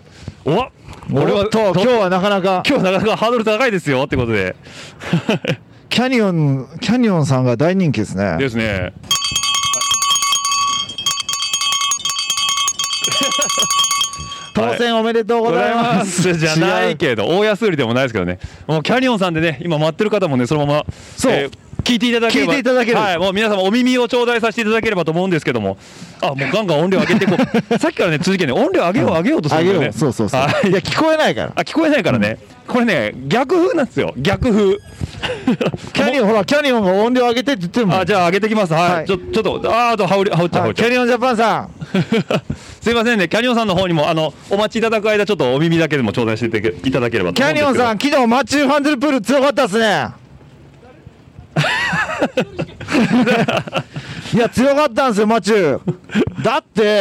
はなかなかハードル高いですよってことで。 キャニオンさんが大人気ですね。 ですね。 当選おめでとうございます。 じゃないけど大安売りでもないですけどね。もうキャニオンさんでね今待ってる方もねそのまま聞いていただければ、はい、もう皆様お耳を頂戴させていただければと思うんですけども、もうガンガン音量上げていこう。さっきからね続けて音量上げようとするんだよね。 そう。いや聞こえないから。 聞こえないからね。これね逆風なんですよ。逆風。 キャニオンが音量上げてって言っても。 じゃあ上げてきます。はい。ちょっとあと羽織っちゃう。 キャニオンジャパンさん。 すいませんね、キャニオンさんの方にもお待ちいただく間ちょっとお耳だけでも頂戴していただければと思うんですけど。 キャニオンさん昨日マッチューファンデルプール強かったっすね。いや強かったんですよマッチュー。だって、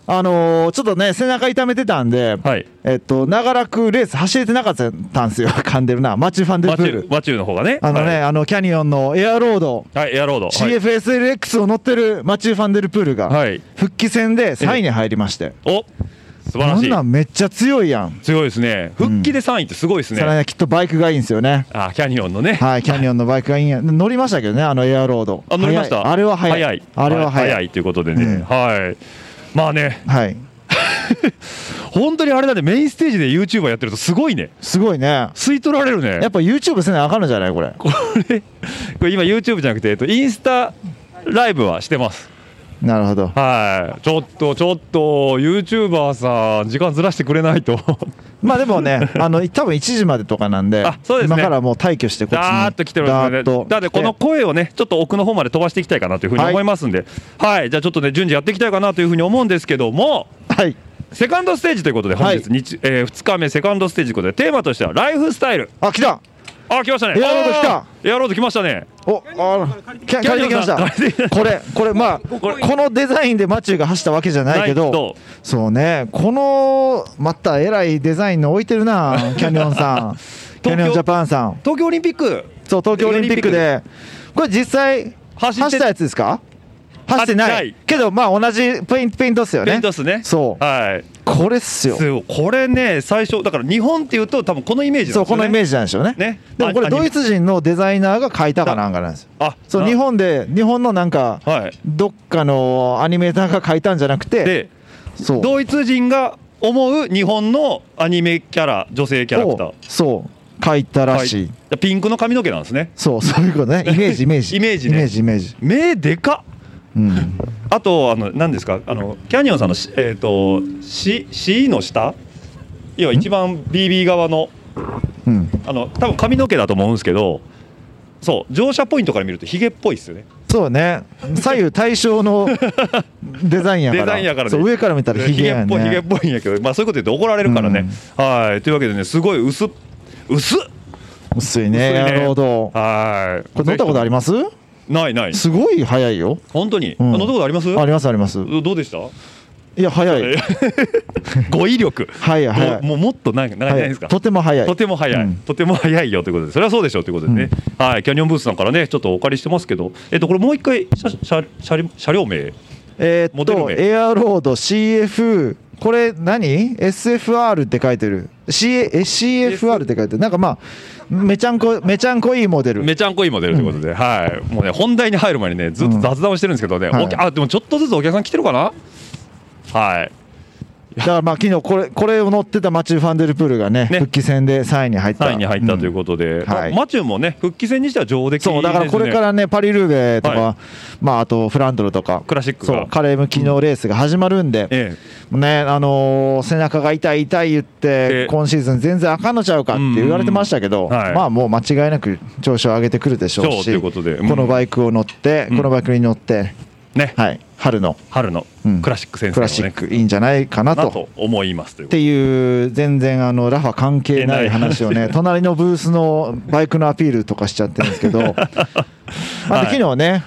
ちょっとね背中痛めてたんで、 はい、 長らくレース走れてなかったんですよ。噛んでるな。マチュー・ファンデルプール、 マチューの方がね、 キャニオンのエアロード、 はい、エアロード、 CFSLX を乗ってるマチュー・ファンデルプールが復帰戦で3位に入りまして、 お、素晴らしい。 こんなんめっちゃ強いやん。 強いですね。復帰で3位ってすごいですね。 それはね、きっとバイクがいいんですよね。 キャニオンのね、 はい、キャニオンのバイクがいいんや。乗りましたけどね、エアロード。 乗りました。 あれは速い。あれは速いということでね、はい。まあね、 はい。 本当にあれだね、メインステージで YouTuber やってるとすごいね。 すごいね。 吸い取られるね。 やっぱ YouTube せなあかんのじゃないこれ。 これ今 YouTube じゃなくてインスタライブはしてます。 なるほど。 はい。ちょっと YouTuber さん時間ずらしてくれないと。 まあでもね、多分1時までとかなんで、 そうですね、 今からもう退去してこっちにダーッと来てるんですね。だってこの声をねちょっと奥の方まで飛ばしていきたいかなというふうに思いますんで、はい、じゃあちょっとね順次やっていきたいかなというふうに思うんですけども、 はい、 セカンドステージということで本日、2日目セカンドステージということでテーマとしてはライフスタイル。 来た。 来ましたね。 エアロード来た。 エアロード来ましたね。 借りてきました。これまあこのデザインでマチューが走ったわけじゃないけど、そうね、このまたえらいデザインの置いてるな、キャニオンさん、キャニオンジャパンさん。 東京オリンピック。 そう、東京オリンピックでこれ実際走ったやつですか？走ってないけど、まあ同じペイントっすよね。 ペイントっすね。 そう、 はい、 これっすよ。 これね、最初だから日本っていうと多分このイメージなんですよね。 そう、このイメージなんでしょうね。でもこれドイツ人のデザイナーが描いたかなんかなんですよ。そう、日本のなんかどっかのアニメーターが描いたんじゃなくて、そう、 ドイツ人が思う日本のアニメキャラ、女性キャラクター、 そう描いたらしい。 ピンクの髪の毛なんですね。 そういうことね。イメージ目でかっ。あと何ですか、キャニオンさんのC の下、要は一番 BB 側の、多分髪の毛だと思うんですけど、そう乗車ポイントから見るとヒゲっぽいですよね。 そうね、左右対称のデザインやからそう、上から見たらヒゲやね。 ヒゲっぽいんやけど、まあそういうこと言って怒られるからね。はい、というわけでね、すごい薄いね、エアロード。はい、これ乗ったことあります？ない。すごい速いよ。本当に。乗ったことあります？あります。どうでした？いや、速い。語彙力。速い。もっとないですか？とても速い。とても速いよということで、それはそうでしょうということでね。はい、キャニオンブースさんからねちょっとお借りしてますけど、これもう一回車両名、モデル名。エアロード CF、これ何？ SFR って書いてる。CFR って書いてる。なんかまあめちゃんこいいモデルということで、はい、もうね本題に入る前にねずっと雑談をしてるんですけどね、でもちょっとずつお客さん来てるかな。はい。だからまあ昨日これを乗ってたマチュー・ファンデルプールがね復帰戦で3位に入ったということで、マチューもね復帰戦にしては上出来。そうだからこれからねパリルーベとか、まああとフランドルとかクラシックがカレーム機能レースが始まるんで、ね、背中が痛い言って今シーズン全然あかんのちゃうかって言われてましたけど、まあもう間違いなく調子を上げてくるでしょうし、このバイクに乗ってね、はい、春のクラシック戦争のね、クラシックいいんじゃないかなと思いますっていう、全然ラファ関係ない話をね隣のブースのバイクのアピールとかしちゃってるんですけど昨日ね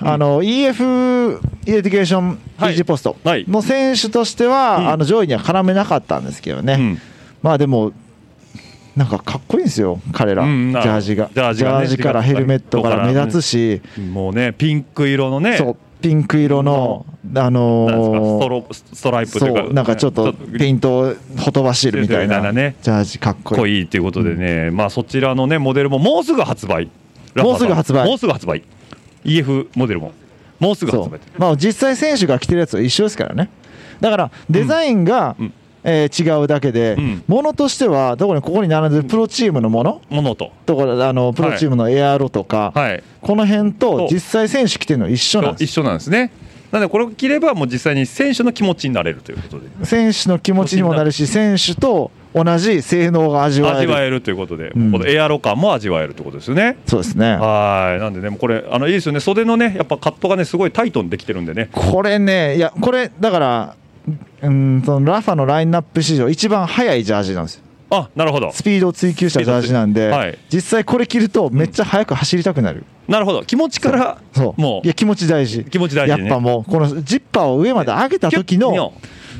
EF イレディケーションイージーポストの選手としては上位には絡めなかったんですけどね、まあでもなんかかっこいいんですよ彼ら、ジャージがジャージからヘルメットから目立つし、もうねピンク色のね、ピンク色のストライプというか、そうなんかちょっとペイントをほとばしるみたいなジャージかっこいいということでね、まあそちらのねモデルももうすぐ発売。EF モデルももうすぐ発売。まあ実際選手が着てるやつは一緒ですからね。だからデザインが違うだけで、ものとしてはここに並んでるプロチームのものとプロチームのエアロとか、この辺と実際選手着てるの一緒なんですね。なのでこれを着ればもう実際に選手の気持ちになれるということで、選手の気持ちにもなるし、選手と同じ性能が味わえるということで、このエアロ感も味わえるということですよね。そうですね。はい。なんでねこれいいですよね。袖のねやっぱカットがねすごいタイトにできてるんでね。これね、いやこれだからそのラファのラインナップ史上一番速いジャージなんですよ。あ、なるほど。スピードを追求したジャージなんで、実際これ着るとめっちゃ速く走りたくなる。なるほど。気持ちからもういや気持ち大事。やっぱもうこのジッパーを上まで上げた時の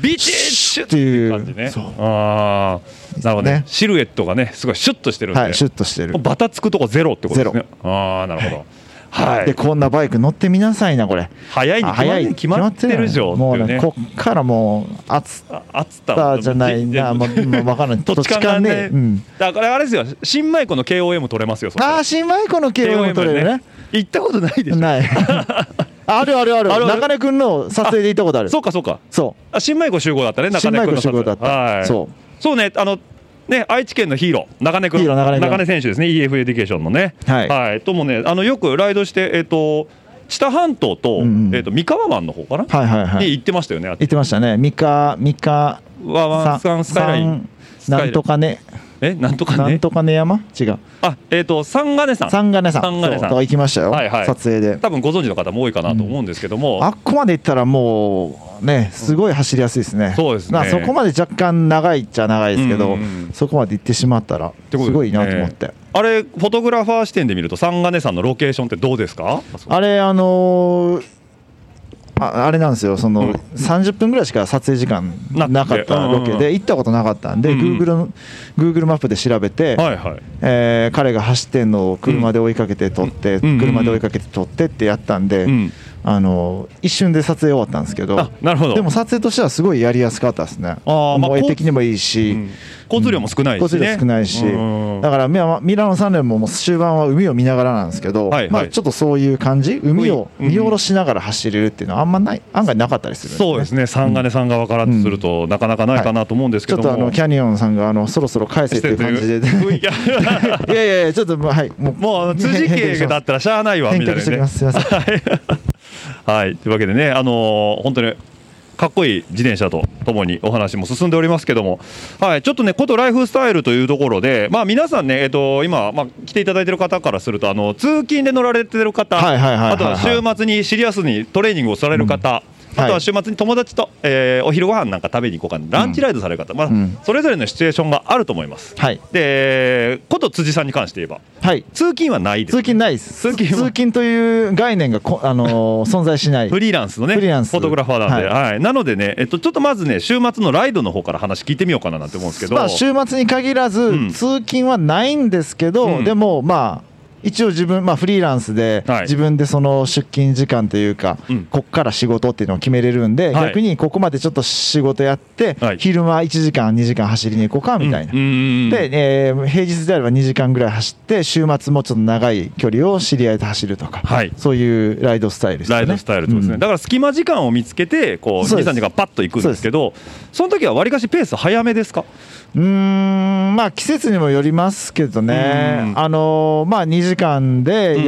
ビチッシュッっていう感じね。 そうああ、なるほどね。シルエットがねすごいシュッとしてるんで、 はい、シュッとしてる。 バタつくとこゼロってことですね。ああ、なるほど。はい。 でこんなバイク乗ってみなさいなこれ。 早いに決まってるでしょ。 もうねこっからもう暑さじゃないな、もう分からない。 土地勘がね。だからあれですよ。新米湖の KOM 取れますよ。 ああ、新米湖の KOM 取れるね。 行ったことないでしょ。 ない。ある。中根くんの撮影で行ったことある。 そうかそうか。 そう。 新米湖集合だったね。中根くんの集合だった。 はい。そうね、ね、愛知県のヒーロー中根くん、中根選手ですね。 EF エデュケーションのね、はいともね、よくライドして知多半島と三河湾の方かなに行ってましたよね。 行ってましたね。三河湾スカイラインなんとかね、 なんとかね山違う。 三金さんと行きましたよ。撮影で。 多分ご存知の方も多いかなと思うんですけども、 あっこまで行ったらもうねすごい走りやすいですね。 そうですね。 そこまで若干長いっちゃ長いですけど、そこまで行ってしまったらすごいなと思って。 あれフォトグラファー視点で見ると三金さんのロケーションってどうですか？ あれあれなんですよ、その30分ぐらいしか撮影時間なかったロケで行ったことなかったんで、Google マップで調べて、彼が走ってんのを車で追いかけて撮って、車で追いかけて撮ってってやったんで、一瞬で撮影終わったんですけど、でも撮影としてはすごいやりやすかったですね。絵的にもいいし、 交通量も少ないし、 交通量少ないし、だからミラノ3連も終盤は海を見ながらなんですけど、まあちょっとそういう感じ、海を見下ろしながら走れるっていうのはあんまない、案外なかったりする。 そうですね。三金さん側からするとなかなかないかなと思うんですけども、 ちょっとキャニオンさんがそろそろ返せっていう感じで、いやちょっとはいもう辻家だったらしゃあないわみたいなね。 すいません。 はい、というわけでね、本当にかっこいい自転車とともにお話も進んでおりますけども、はい、ちょっとねことライフスタイルというところで、まあ皆さんね、今、来ていただいている方からすると通勤で乗られてる方、あとは週末にシリアスにトレーニングをされる方、あとは週末に友達と、お昼ご飯なんか食べに行こうかな、ランチライドされる方、それぞれのシチュエーションがあると思います。でこと辻さんに関して言えば、通勤はないです。 通勤ないです。通勤という概念が存在しない。 フリーランスのねフォトグラファーなんで、なのでね、ちょっとまずね週末のライドの方から話聞いてみようかななんて思うんですけど、 週末に限らず通勤はないんですけど、でも一応自分、フリーランスで自分でその出勤時間というか、こっから仕事っていうのを決めれるんで、逆にここまでちょっと仕事やって、昼間1時間2時間走りに行こうかみたいな。で、平日であれば2時間ぐらい走って、週末もちょっと長い距離を知り合いと走るとか、そういうライドスタイルですね。 ライドスタイルですね。だから隙間時間を見つけてこう2、3時間パッと行くんですけど、その時はわりかしペース早めですか？ 季節にもよりますけどね、2時間で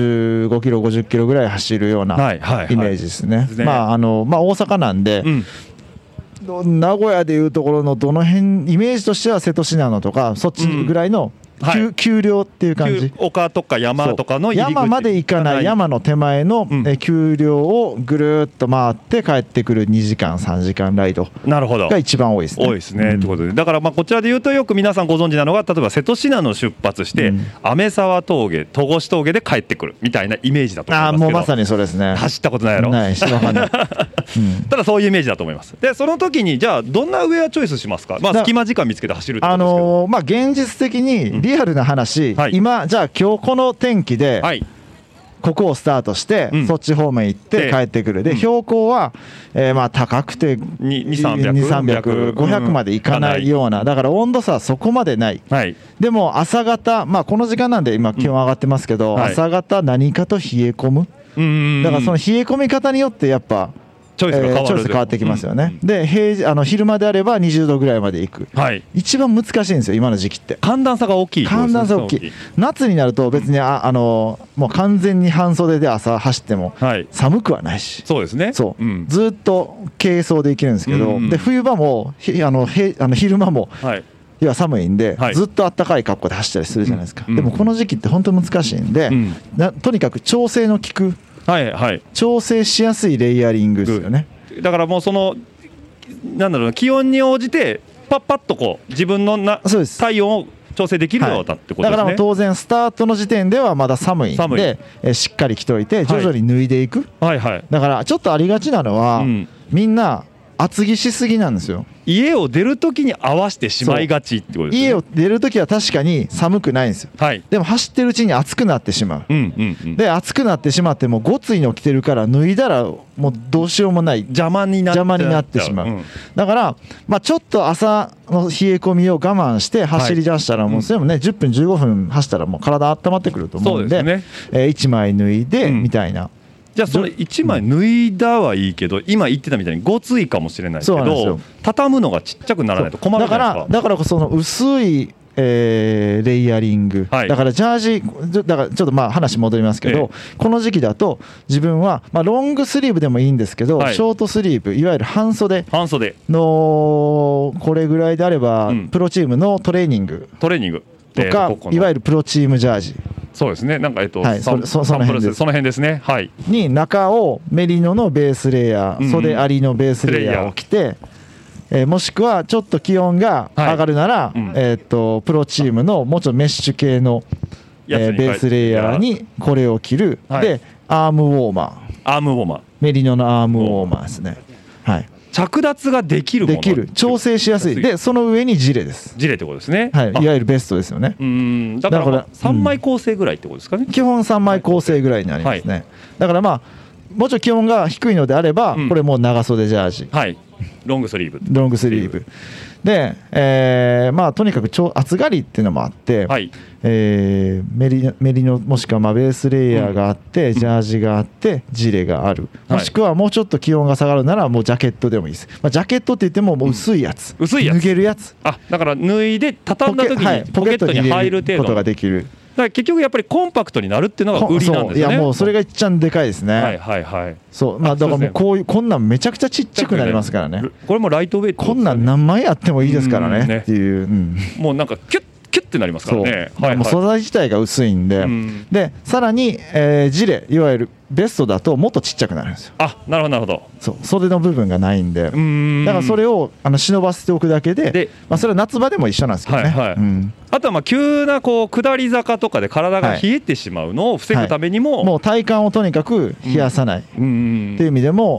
45キロ50キロぐらい走るようなイメージですね。大阪なんで、名古屋でいうところのどの辺、イメージとしては瀬戸信濃とかそっちぐらいの丘陵っていう感じ。 丘とか山とかの入り口、 山まで行かない山の手前の丘陵をぐるっと回って帰ってくる2時間3時間ライドが一番多いですね。 多いですね。ということで、だからこちらで言うとよく皆さんご存知なのが、例えば瀬戸信濃出発して雨沢峠戸越峠で帰ってくるみたいなイメージだと思いますけど、 もうまさにそれですね。 走ったことないやろ。 ないし、わかんない。 ただそういうイメージだと思います。でその時にじゃあどんなウェアチョイスしますか？隙間時間見つけて走るってことですけど、 現実的にリアルな話、今じゃあ今日この天気でここをスタートして、そっち方面行って帰ってくる。で標高は高くて200、500までいかないような、だから温度差はそこまでない。でも朝方、この時間なんで今気温上がってますけど、朝方何かと冷え込む。だからその冷え込み方によってやっぱチョイス変わってきますよね。で昼間であれば20度ぐらいまで行く、一番難しいんですよ今の時期って。 寒暖差が大きい。 寒暖差大きい。夏になると別にもう完全に半袖で朝走っても寒くはないし、 そうですね。 ずっと軽装で行けるんですけど、で冬場も昼間もいや寒いんで、ずっと暖かい格好で走ったりするじゃないですか。でもこの時期って本当に難しいんで、とにかく調整の効く、調整しやすいレイヤリングですよね。 だからもう気温に応じてパッパッとこう自分の体温を調整できるようだってことですね。 だから当然スタートの時点ではまだ寒いんで、しっかり着といて徐々に脱いでいく。だからちょっとありがちなのは、みんな厚着しすぎなんですよ。 家を出るときに合わせてしまいがちってことですね。 家を出るときは確かに寒くないんですよ、 はい、 でも走ってるうちに暑くなってしまう、 うんうんうん、 で暑くなってしまってもうごついの着てるから脱いだらもうどうしようもない邪魔になってしまう、だから、まあ、ちょっと朝の冷え込みを我慢して走り出したらもうそれもね10分15分走ったらもう体温まってくると思うんで、1枚脱いでみたいな。 じゃあその1枚脱いだはいいけど今言ってたみたいにごついかもしれないけど畳むのがちっちゃくならないと困るじゃないですか。 だからその薄いレイヤリング、だからジャージだからちょっとまあ話戻りますけど、この時期だと自分はまあロングスリーブでもいいんですけど、ショートスリーブいわゆる半袖のこれぐらいであればプロチームのトレーニングとかいわゆるプロチームジャージ、 そうですね、なんかその辺ですね、はい、 に中をメリノのベースレイヤー、袖ありのベースレイヤーを着て、もしくはちょっと気温が上がるなら、プロチームのもうちょっとメッシュ系のベースレイヤーにこれを着る、でアームウォーマー、メリノのアームウォーマーですね、はい、 着脱ができるもの、 調整しやすい、でその上にジレです、 ジレってことですね、 はい、いわゆるベストですよね。 だから3枚構成ぐらいってことですかね、 基本3枚構成ぐらいになりますね、だからまあもうちょっと気温が低いのであれば、これもう長袖ジャージ、 はい、ロングスリーブで、まあとにかく暑がりっていうのもあって、はい、メリノもしくはまあベースレイヤーがあって、ジャージがあってジレがある、もしくはもうちょっと気温が下がるならもうジャケットでもいいです、まあ、ジャケットって言ってももう薄いやつ、脱げるやつ、 だから脱いで畳んだ時にポケットに入る程度ことができる。 だから結局やっぱりコンパクトになるっていうのが売りなんですよね。 いやもうそれが一番でかいですね。 はいはいはい。 そう、まあだからもうこんなんめちゃくちゃちっちゃくなりますからね。 これもライトウェイト、 こんなん何枚あってもいいですからねっていう、 もうなんかキュッってなりますからね。 もう素材自体が薄いんで、でさらにジレいわゆるベストだともっとちっちゃくなるんですよ。 なるほどなるほど。 そう袖の部分がないんで、だからそれを忍ばせておくだけで、まあそれは夏場でも一緒なんですけどね。あとはまあ急なこう下り坂とかで体が冷えてしまうのを防ぐためにも、 もう体幹をとにかく冷やさないっていう意味でも、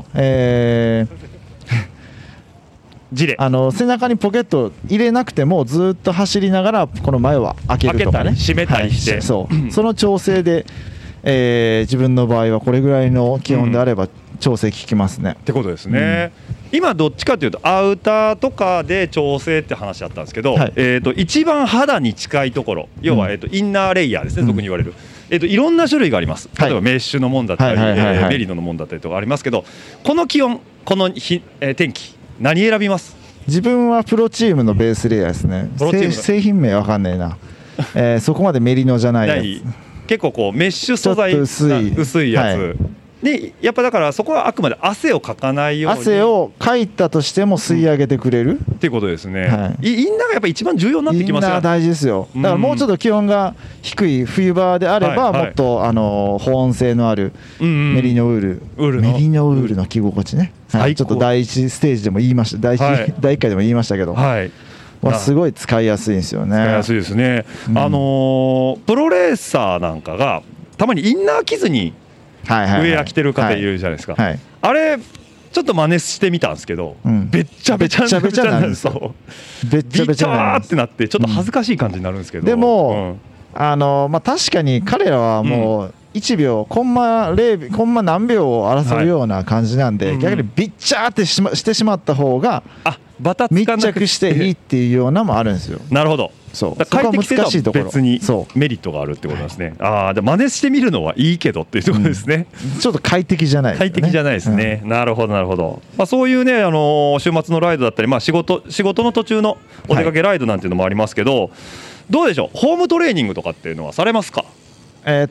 ジレ背中にポケット入れなくてもずっと走りながらこの前は開けるとかね、 閉めたりして、 その調整で、自分の場合はこれぐらいの気温であれば調整効きますね、 ってことですね。今どっちかというとアウターとかで調整って話だったんですけど、一番肌に近いところ、要はインナーレイヤーですね、俗に言われる。いろんな種類があります。例えばメッシュのもんだったり、メリノのもんだったりとかありますけど、この気温、この天気、何選びます？ 自分はプロチームのベースレイヤーですね。製品名わかんないな。そこまでメリノじゃないやつ。 結構こうメッシュ素材薄いやつ。でやっぱだからそこはあくまで汗をかかないように、 汗をかいたとしても吸い上げてくれる、 っていうことですね。インナーがやっぱり一番重要になってきますよ。 インナー大事ですよ。だからもうちょっと気温が低い冬場であれば、もっと保温性のあるメリノウールの着心地ね、ちょっと第一ステージでも言いました、第1回でも言いましたけど、すごい使いやすいんですよね。 使いやすいですね。プロレーサーなんかがたまにインナー着ずにウェア着てる方いるじゃないですか。あれちょっと真似してみたんですけど、べっちゃべちゃなんですよ。べっちゃべちゃってなってちょっと恥ずかしい感じになるんですけど、 でも確かに彼らはもう1秒コンマ何秒を争うような感じなんで、逆にビッチャーってしてしまった方が密着していいっていうようなもあるんですよ。 なるほど。快適性とは別にそメリットがあるってことなんですね。で真似してみるのはいいけどっていうところですね。 ちょっと快適じゃないですね。 快適じゃないですね。なるほどなるほど。そういうね週末のライドだったり、仕事の途中のお出かけライドなんていうのもありますけど、どうでしょう。ホームトレーニングとかっていうのはされますか？ 真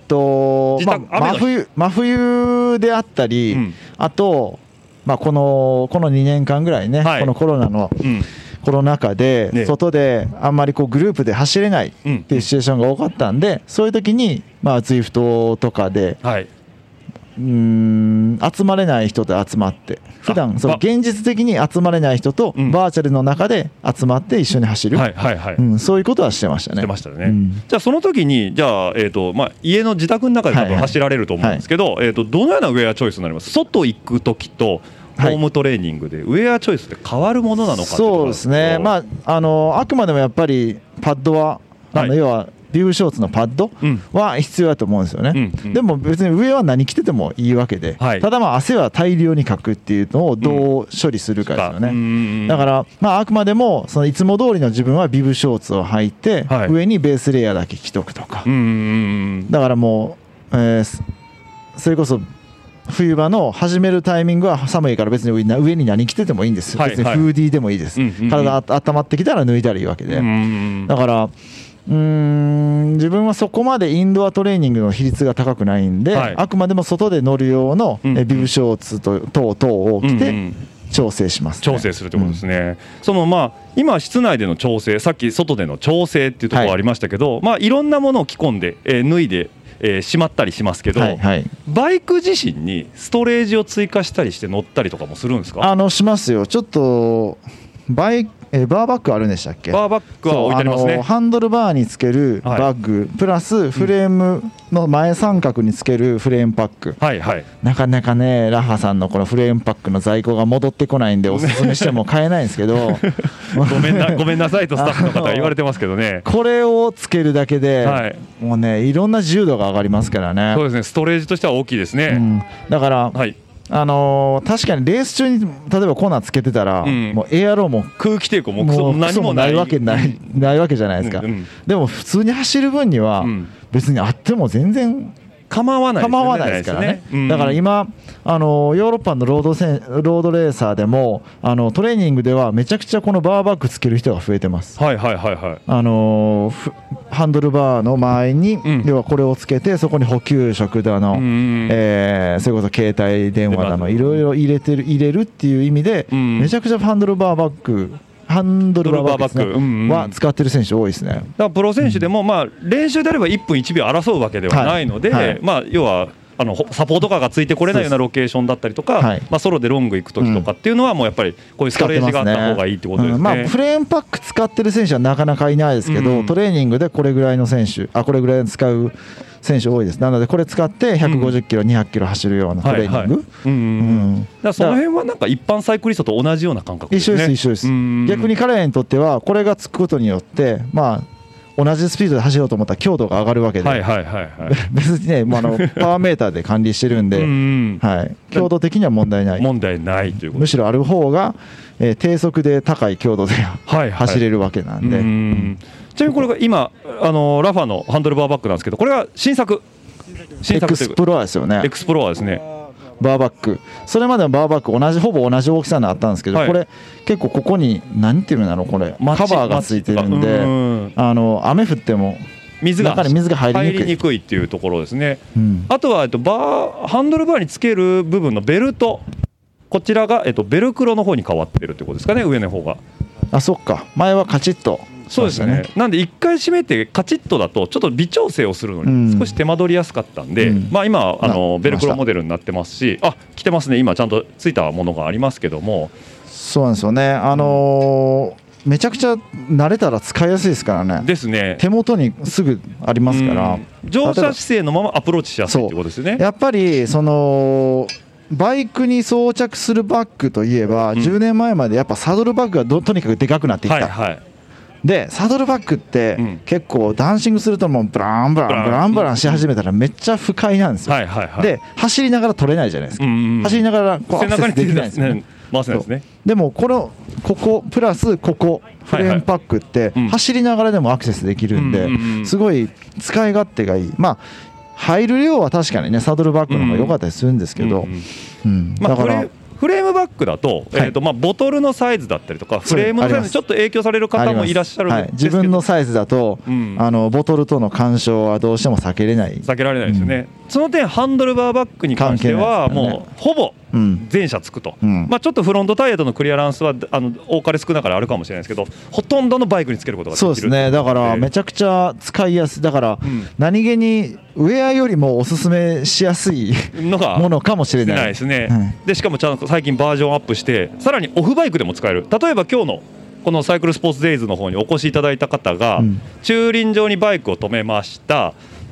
冬であったり、あとこの2年間ぐらいね、このコロナ禍で外であんまりこうグループで走れないっていうシチュエーションが多かったんで、そういう時にZWIFTとかで集まれない人と集まって、普段その現実的に集まれない人とバーチャルの中で集まって一緒に走る、そういうことはしてましたね。 してましたね。じゃあその時に家の自宅の中で多分走られると思うんですけど、どのようなウェアチョイスになります？外行く時とホームトレーニングでウェアチョイスって変わるものなのかっていうところそうですね、まあ、あくまでもやっぱりパッドは、要はビブショーツのパッドは必要だと思うんですよね、でも別に上は何着ててもいいわけで、ただまあ汗は大量にかくっていうのをどう処理するかですよね、だからまああくまでもそのいつも通りの自分はビブショーツを履いて、上にベースレイヤーだけ着とくとか、だからもう、それこそ冬場の始めるタイミングは寒いから別に上に何着ててもいいんですよ、別にフーディーでもいいです、体温まってきたら脱いだらいいわけで、だから自分はそこまでインドアトレーニングの比率が高くないんで、あくまでも外で乗る用のビブショーツ等々を着て調整します、ね、 調整するということですね、そのまあ今室内での調整、さっき外での調整っていうところありましたけど、まあいろんなものを着込んで、脱いでしまったりしますけど、バイク自身にストレージを追加したりして乗ったりとかもするんですか？ しますよ。ちょっとバーバッグあるんでしたっけ？ バーバッグは置いてありますね。 ハンドルバーにつけるバッグ、プラスフレームの前三角につけるフレームパック、なかなかねラハさんのこのフレームパックの在庫が戻ってこないんでおすすめしても買えないんですけどごめんなさいとスタッフの方は言われてますけどねこれをつけるだけで、もうねいろんな自由度が上がりますからね。 そうですね、ストレージとしては大きいですね、 だから、確かにレース中に例えばコーナーつけてたら、もうエアロも空気抵抗も何もないわけないわけじゃないですか、でも普通に走る分には別にあっても全然構わないですからね、だから今ヨーロッパのロードレーサーでもトレーニングではめちゃくちゃこのバーバッグつける人が増えてます。ハンドルバーの前に、要はこれをつけてそこに補給食だの、それこそ携帯電話だのいろいろ入れるっていう意味で、めちゃくちゃハンドルバーバッグは使ってる選手多いですね。だからプロ選手でも、まあ、練習であれば1分1秒争うわけではないので、まあ、要はサポートカーがついてこれないようなロケーションだったりとか、まあ、ソロでロング行く時とかっていうのはもうやっぱりこういうストレージがあった方がいいってことですね。 まあ、フレームパック使ってる選手はなかなかいないですけど、トレーニングでこれぐらいの選手これぐらい使う選手多いです。なのでこれ使って150キロ、200キロ走るようなトレーニング、 だからその辺はなんか一般サイクリストと同じような感覚ですね。 一緒です。逆に彼らにとってはこれがつくことによってまあ同じスピードで走ろうと思ったら強度が上がるわけで、別にねパワーメーターで管理してるんで、強度的には問題ないということ、 むしろある方が、低速で高い強度で走れるわけなんで、 ちなみにこれが今ラファのハンドルバーバッグなんですけど、これが新作エクスプロアですよね。 エクスプロアですね。 バーバッグ、それまでのバーバッグほぼ同じ大きさのあったんですけど、これ結構ここに何ていうんだろう、これカバーがついてるんで、雨降っても中に水が入りにくいっていうところですね。あとはハンドルバーにつける部分のベルト、こちらがベルクロの方に変わってるってことですかね、上の方が。 そっか、前はカチッと。 そうですね。なんで1回締めてカチッとだとちょっと微調整をするのに少し手間取りやすかったんで、まあ今ベルクロモデルになってますし、着てますね。今ちゃんとついたものがありますけども。 そうなんですよね。めちゃくちゃ慣れたら使いやすいですからね。 ですね。 手元にすぐありますから、 乗車姿勢のままアプローチしやすいってことですよね。 やっぱりバイクに装着するバッグといえば、10年前までやっぱサドルバッグがとにかくでかくなっていった。でサドルバッグって結構ダンシングするともうブランブランし始めたらめっちゃ不快なんですよ。で走りながら取れないじゃないですか。走りながらこうアクセスできないんですよね。でもここプラスここフレームパックって走りながらでもアクセスできるんで、すごい使い勝手がいい。まあ入る量は確かにねサドルバッグの方が良かったりするんですけど、だからフレームバッグだと、ボトルのサイズだったりとかフレームのサイズにちょっと影響される方もいらっしゃるんですけど、 自分のサイズだと、ボトルとの干渉はどうしても避けられないですよね。その点ハンドルバーバッグに関してはもうほぼ全車つくと、まあちょっとフロントタイヤとのクリアランスは多かれ少なかれあるかもしれないですけど、ほとんどのバイクにつけることができる。 そうですね。だからめちゃくちゃ使いやすい。だから何気にウェアよりもおすすめしやすいものかもしれないですね。でしかもちゃんと最近バージョンアップしてさらにオフバイクでも使える。例えば今日のこのサイクルスポーツデイズの方にお越しいただいた方が、駐輪場にバイクを止めました。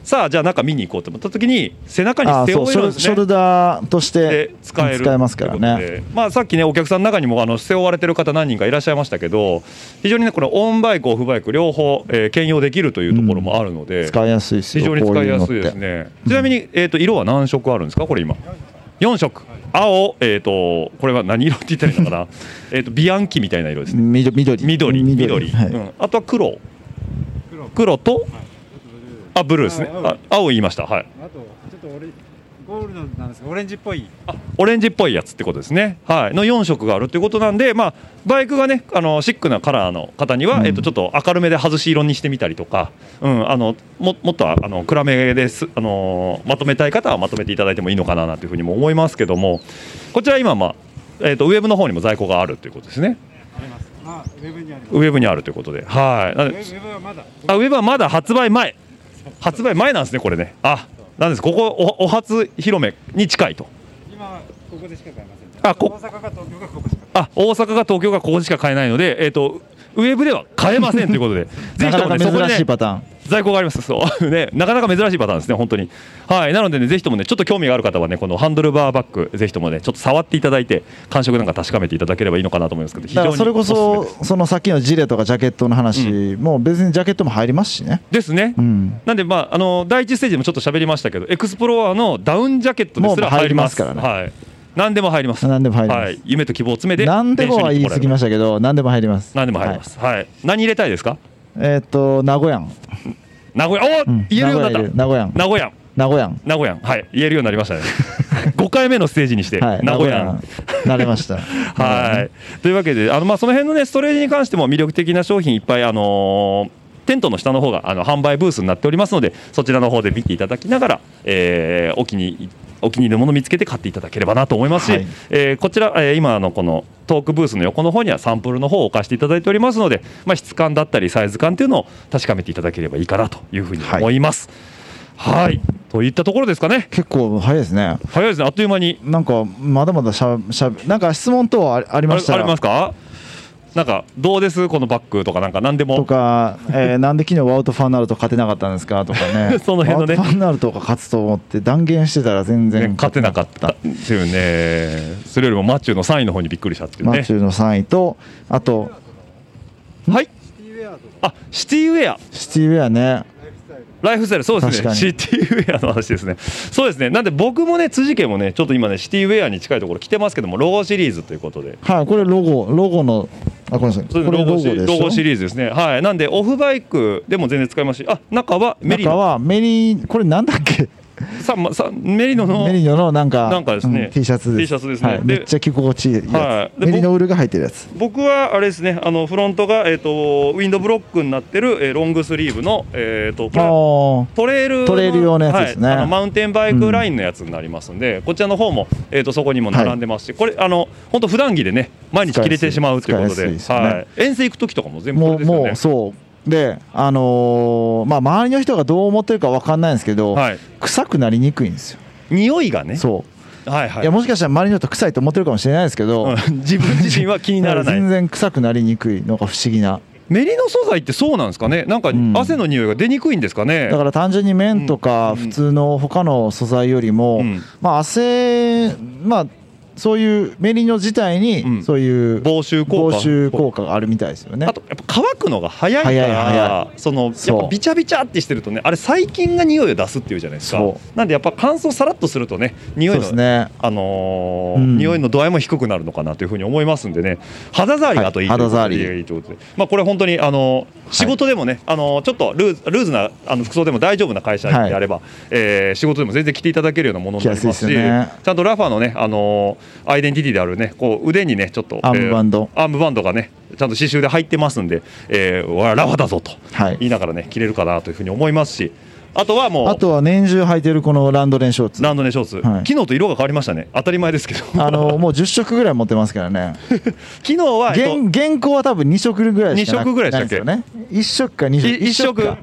さあじゃあ中見に行こうと思った時に背中に背負えるんですね。 ショルダーとして使えますからね。 まあさっきねお客さんの中にも背負われてる方何人かいらっしゃいましたけど、非常にねこれオンバイクオフバイク両方兼用できるというところもあるので、 使いやすいですよ。 非常に使いやすいですね。ちなみに色は何色あるんですかこれ今？4色。青、これは何色って言ったらいいのかなビアンキみたいな色ですね。緑、あとは黒と、ブルーですね。青言いました。はい。 あとちょっとゴールドなんですがオレンジっぽい。 オレンジっぽいやつってことですね。はい。の4色があるということなんで、まあバイクがねシックなカラーの方にはちょっと明るめで外し色にしてみたりとか、もっと暗めですまとめたい方はまとめていただいてもいいのかななんていうふうにも思いますけども、こちら今ウェブの方にも在庫があるということですね。 ウェブにあります。 ウェブにあるということで、はい。ウェブはまだ発売前なんですねこれね。なんです。ここお初披露目に近いと。 今ここでしか買えませんね。 大阪か東京がここしか。大阪か東京がここしか買えないので、ウェブでは買えませんということで、ぜひともねそこでね在庫があります。そうね、なかなか珍しいパターンですね本当に。はい。なのでねぜひともねちょっと興味がある方はねこのハンドルバーバッグぜひともねちょっと触っていただいて感触なんか確かめていただければいいのかなと思いますけど、非常にそれこそそのさっきのジレとかジャケットの話も別にジャケットも入りますしね。 ですね。なんで第一ステージでもちょっと喋りましたけどエクスプロワーのダウンジャケットですら入りますからね。はい。何でも入ります。はい。夢と希望を詰めて。 何でもは言い過ぎましたけど、何でも入ります。 何でも入ります。はい。何入れたいですか？ 名古屋。 言えるようになった。名古屋。はい。言えるようになりましたね。5回目のステージにして名古屋慣れました。 はい。というわけでその辺のねストレージに関しても魅力的な商品いっぱいテントの下の方が販売ブースになっておりますので、そちらの方で見ていただきながら、お気に入りのものを見つけて買っていただければなと思いますし、こちら、今のこのトークブースの横の方にはサンプルの方を置かせていただいておりますので、質感だったりサイズ感というのを確かめていただければいいかなというふうに思います。はい、といったところですかね。 結構早いですね。 早いですね。あっという間に。 なんかまだまだなんか質問等ありましたら。 ありますか？なんかどうですこのバッグとかなんか何でもとか、なんで昨日ワウトファンナルト勝てなかったんですかとかねその辺のねワウトファンナルトが勝つと思って断言してたら全然勝てなかったっていうね。それよりもマチューの3位の方にびっくりしたっていうね。 マチューの3位とあとはいシティウェアね。ライフスタイル、そうですね。シティウェアの話ですね。そうですね。なんで僕もね辻家もねちょっと今ねシティウェアに近いところ来てますけども、ロゴシリーズということで、 はい、これロゴのごめんなさい、これロゴシリーズですね。はい。なんでオフバイクでも全然使いますし、中はメリノ、 これなんだっけメリノのなんかですね、 T シャツですね。めっちゃ着心地いいやつ。メリノウールが入ってるやつ。 僕はあれですね、フロントがウィンドブロックになってるロングスリーブのトレイル用のやつですね。 マウンテンバイクラインのやつになりますんで、こちらの方もそこにも並んでますし、これ本当普段着でね毎日着れてしまうということで、遠征行く時とかも全部これですよね。 もうそうで周りの人がどう思ってるか分かんないんですけど、臭くなりにくいんですよ。 匂いがね。 そう、いやもしかしたら周りの人臭いと思ってるかもしれないですけど、 自分自身は気にならない。 全然臭くなりにくいのが不思議な。 メリノ素材ってそうなんですかね。なんか汗の匂いが出にくいんですかね。 だから単純に綿とか普通の他の素材よりも、汗そういうメリノ自体にそういう防臭効果があるみたいですよね。 あとやっぱ乾くのが早いから、やっぱビチャビチャってしてるとね、あれ細菌が匂いを出すっていうじゃないですか。なんでやっぱ乾燥さらっとするとね、匂いの匂いの度合いも低くなるのかなというふうに思いますんでね、肌触りがあといいということで、これ本当に仕事でもね、ちょっとルーズな服装でも大丈夫な会社であれば、仕事でも全然着ていただけるようなものになりますし、ちゃんとラファのねアイデンティティであるね、こう腕にねちょっとアームバンドがねちゃんと刺繍で入ってますんで、ラファだぞと言いながらね着れるかなというふうに思いますし、あとは年中履いてるこのランドネンショーツ、 昨日と色が変わりましたね。当たり前ですけどもう10色ぐらい持ってますからね昨日は現行は多分2色ぐらいしかないですよね。1色か2色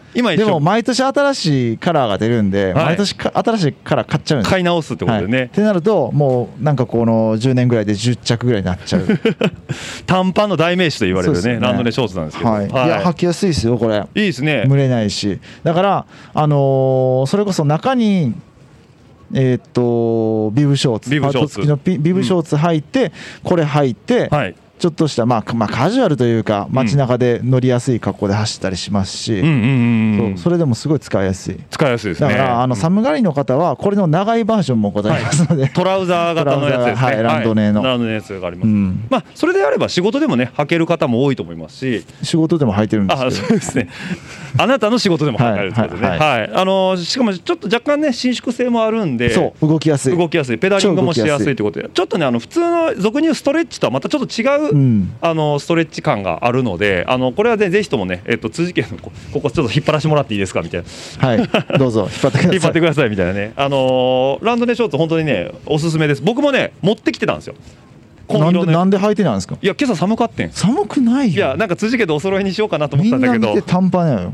今でも毎年新しいカラーが出るんで、 はい毎年新しいカラー買っちゃうんですよ。 買い直すってことでね、 はいってなるともうなんかこの10年ぐらいで10着ぐらいになっちゃう。 短パンの代名詞と言われるそうですねねランドネショーツなんですけど、 はい、いや履きやすいですよこれ。 いいですね。 蒸れないし、だからそれこそ中にビブショーツ、 ビブショーツパート付きのビブショーツ履いて、これ履いて、 はいちょっとした、まあカジュアルというか街中で乗りやすい格好で走ったりしますし、それでもすごい使いやすい。 使いやすいですね。 だから寒がりの方はこれの長いバージョンもございますので、 トラウザー型のやつですね。 はい、ランドネの、 ランドネのやつがあります。まあそれであれば仕事でもね履ける方も多いと思いますし、 仕事でも履いてるんですけど。 そうですね。あなたの仕事でも履かれるってことね。はい。しかもちょっと若干ね伸縮性もあるんで、 そう動きやすい。 ペダリングもしやすいということで、ちょっとね普通の俗に言うストレッチとはまたちょっと違う、ストレッチ感があるので、これはねぜひともね辻家のここちょっと引っ張らしてもらっていいですかみたいな。 はい。どうぞ引っ張ってください。 引っ張ってくださいみたいなね。ランドネショーツ本当にねおすすめです。僕もね持ってきてたんですよ。 なんで履いてなんですか。 いや今朝寒かってん。 寒くないよ。 いやなんか辻家でお揃いにしようかなと思ったんだけど。 みんな見て短パンやよ。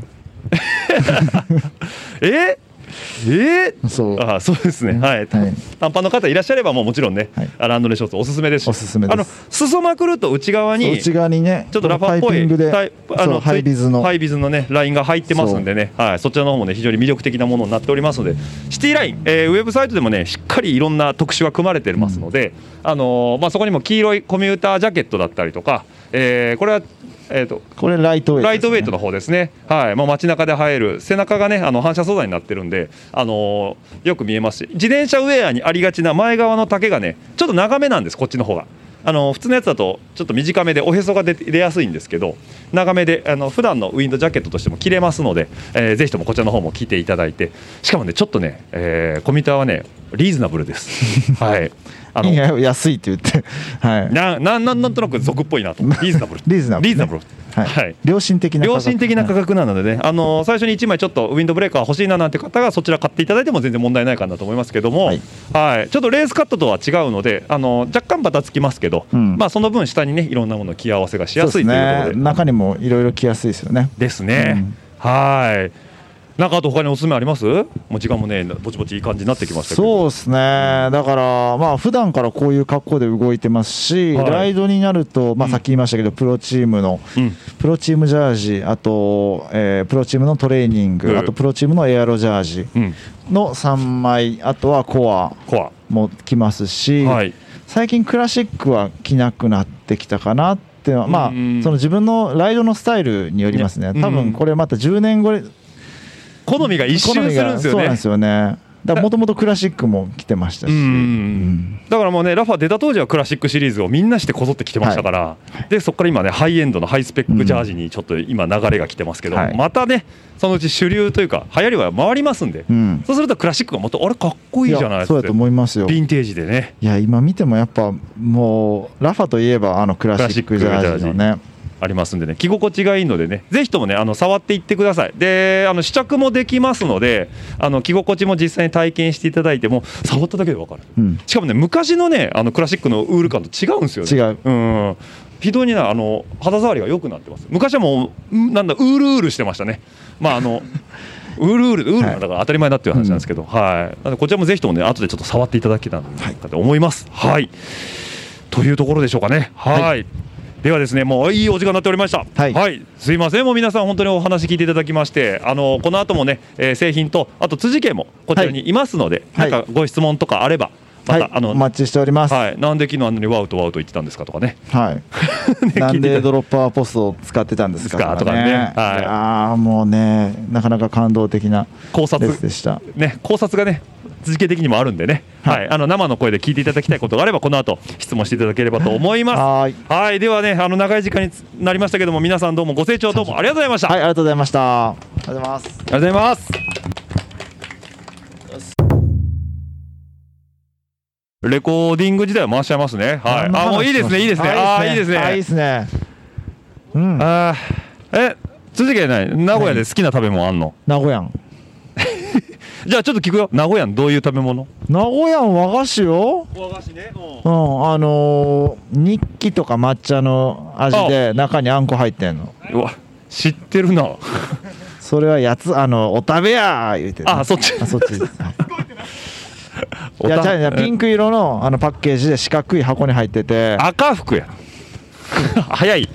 そうそうですね。はい。短パンの方いらっしゃればもちろんね、ランドネショーツおすすめですし。 おすすめです。 裾まくると内側にね、 ちょっとラファーっぽいハイビズのねラインが入ってますんでね、はい、そちらの方もね非常に魅力的なものになっておりますので、シティライン、ウェブサイトでもねしっかりいろんな特集が組まれてますので、そこにも黄色いコミュータージャケットだったりとか、これはこれライトウェイトの方ですね。はい、街中で生える背中がね反射素材になってるんで、よく見えますし、自転車ウェアにありがちな前側の丈がねちょっと長めなんです。こっちの方が普通のやつだとちょっと短めでおへそが出やすいんですけど、長めで普段のウィンドジャケットとしても着れますので、ぜひともこちらの方も着ていただいて、しかもねちょっとね、コミューターはねリーズナブルです。はい。 いや安いって言って、はい、 なんとなく俗っぽいなと。リーズナブル、 リーズナブル、はい、良心的な価格なのでね、最初に1枚ちょっとウィンドブレーカー欲しいななんて方がそちら買っていただいても全然問題ないかなと思いますけども、はい、ちょっとレースカットとは違うので若干バタつきますけど、その分下にねいろんなもの着合わせがしやすいということで、 中にもいろいろ着やすいですよね。 ですね。はい。なんかあと他におすすめあります？もう時間もねぼちぼちいい感じになってきましたけど。 そうですね。だから普段からこういう格好で動いてますし、ライドになるとさっき言いましたけどプロチームジャージ、あとプロチームのトレーニング、あとプロチームのエアロジャージの3枚、あとはコアも着ますし、最近クラシックは着なくなってきたかなっていうのは、その自分のライドのスタイルによりますね。多分これまた10年後好みが一周するんですよね。 そうなんですよね。だからもともとクラシックも来てましたし、 だからもうねラファ出た当時はクラシックシリーズをみんなしてこぞって来てましたから、でそこから今ねハイエンドのハイスペックジャージにちょっと今流れが来てますけど、またねそのうち主流というか流行りは回りますんで、そうするとクラシックがまたあれかっこいいじゃないですか。 そうだと思いますよ。 ヴィンテージでね。 いや今見てもやっぱもうラファといえばクラシックジャージのねありますんでね、着心地がいいのでね、ぜひともね触っていってください。で試着もできますので着心地も実際に体験していただいても触っただけで分かる、しかもね昔のねクラシックのウール感と違うんですよね。 違う、 非常に肌触りが良くなってます。昔はもうなんだウールウールしてましたね。ウールだから当たり前だっていう話なんですけど、なのでこちらもぜひともね後でちょっと触っていただけたらと思います。はいというところでしょうかね。ではですね、もういいお時間になっておりました。すいません、もう皆さん本当にお話聞いていただきまして、この後もね、製品とあと辻家もこちらにいますので、なんかご質問とかあればまたお待ちしております。 なんで昨日あんなにワウとワウと言ってたんですかとかね。 なんでドロッパーポストを使ってたんですかとかね。もうねなかなか感動的な考察でした。 考察がね続け的にもあるんでね、生の声で聞いていただきたいことがあればこの後質問していただければと思います。ではね長い時間になりましたけども、皆さんどうもご清聴どうもありがとうございました。 ありがとうございました。ありがとうございます。 ありがとうございます。レコーディング自体は回しちゃいますね。もういいですね、いいですね。いいですね。 いいですね。 続けない。名古屋で好きな食べ物あんの？ 名古屋。 じゃあちょっと聞くよ。名古屋どういう食べ物？ 名古屋和菓子よ。 和菓子ね。 日記とか抹茶の味で中にあんこ入ってんの。 うわ知ってるな。 それはお食べやー言うて、ね、 そっちそっちいやじゃあピンク色のパッケージで四角い箱に入ってて赤服や早い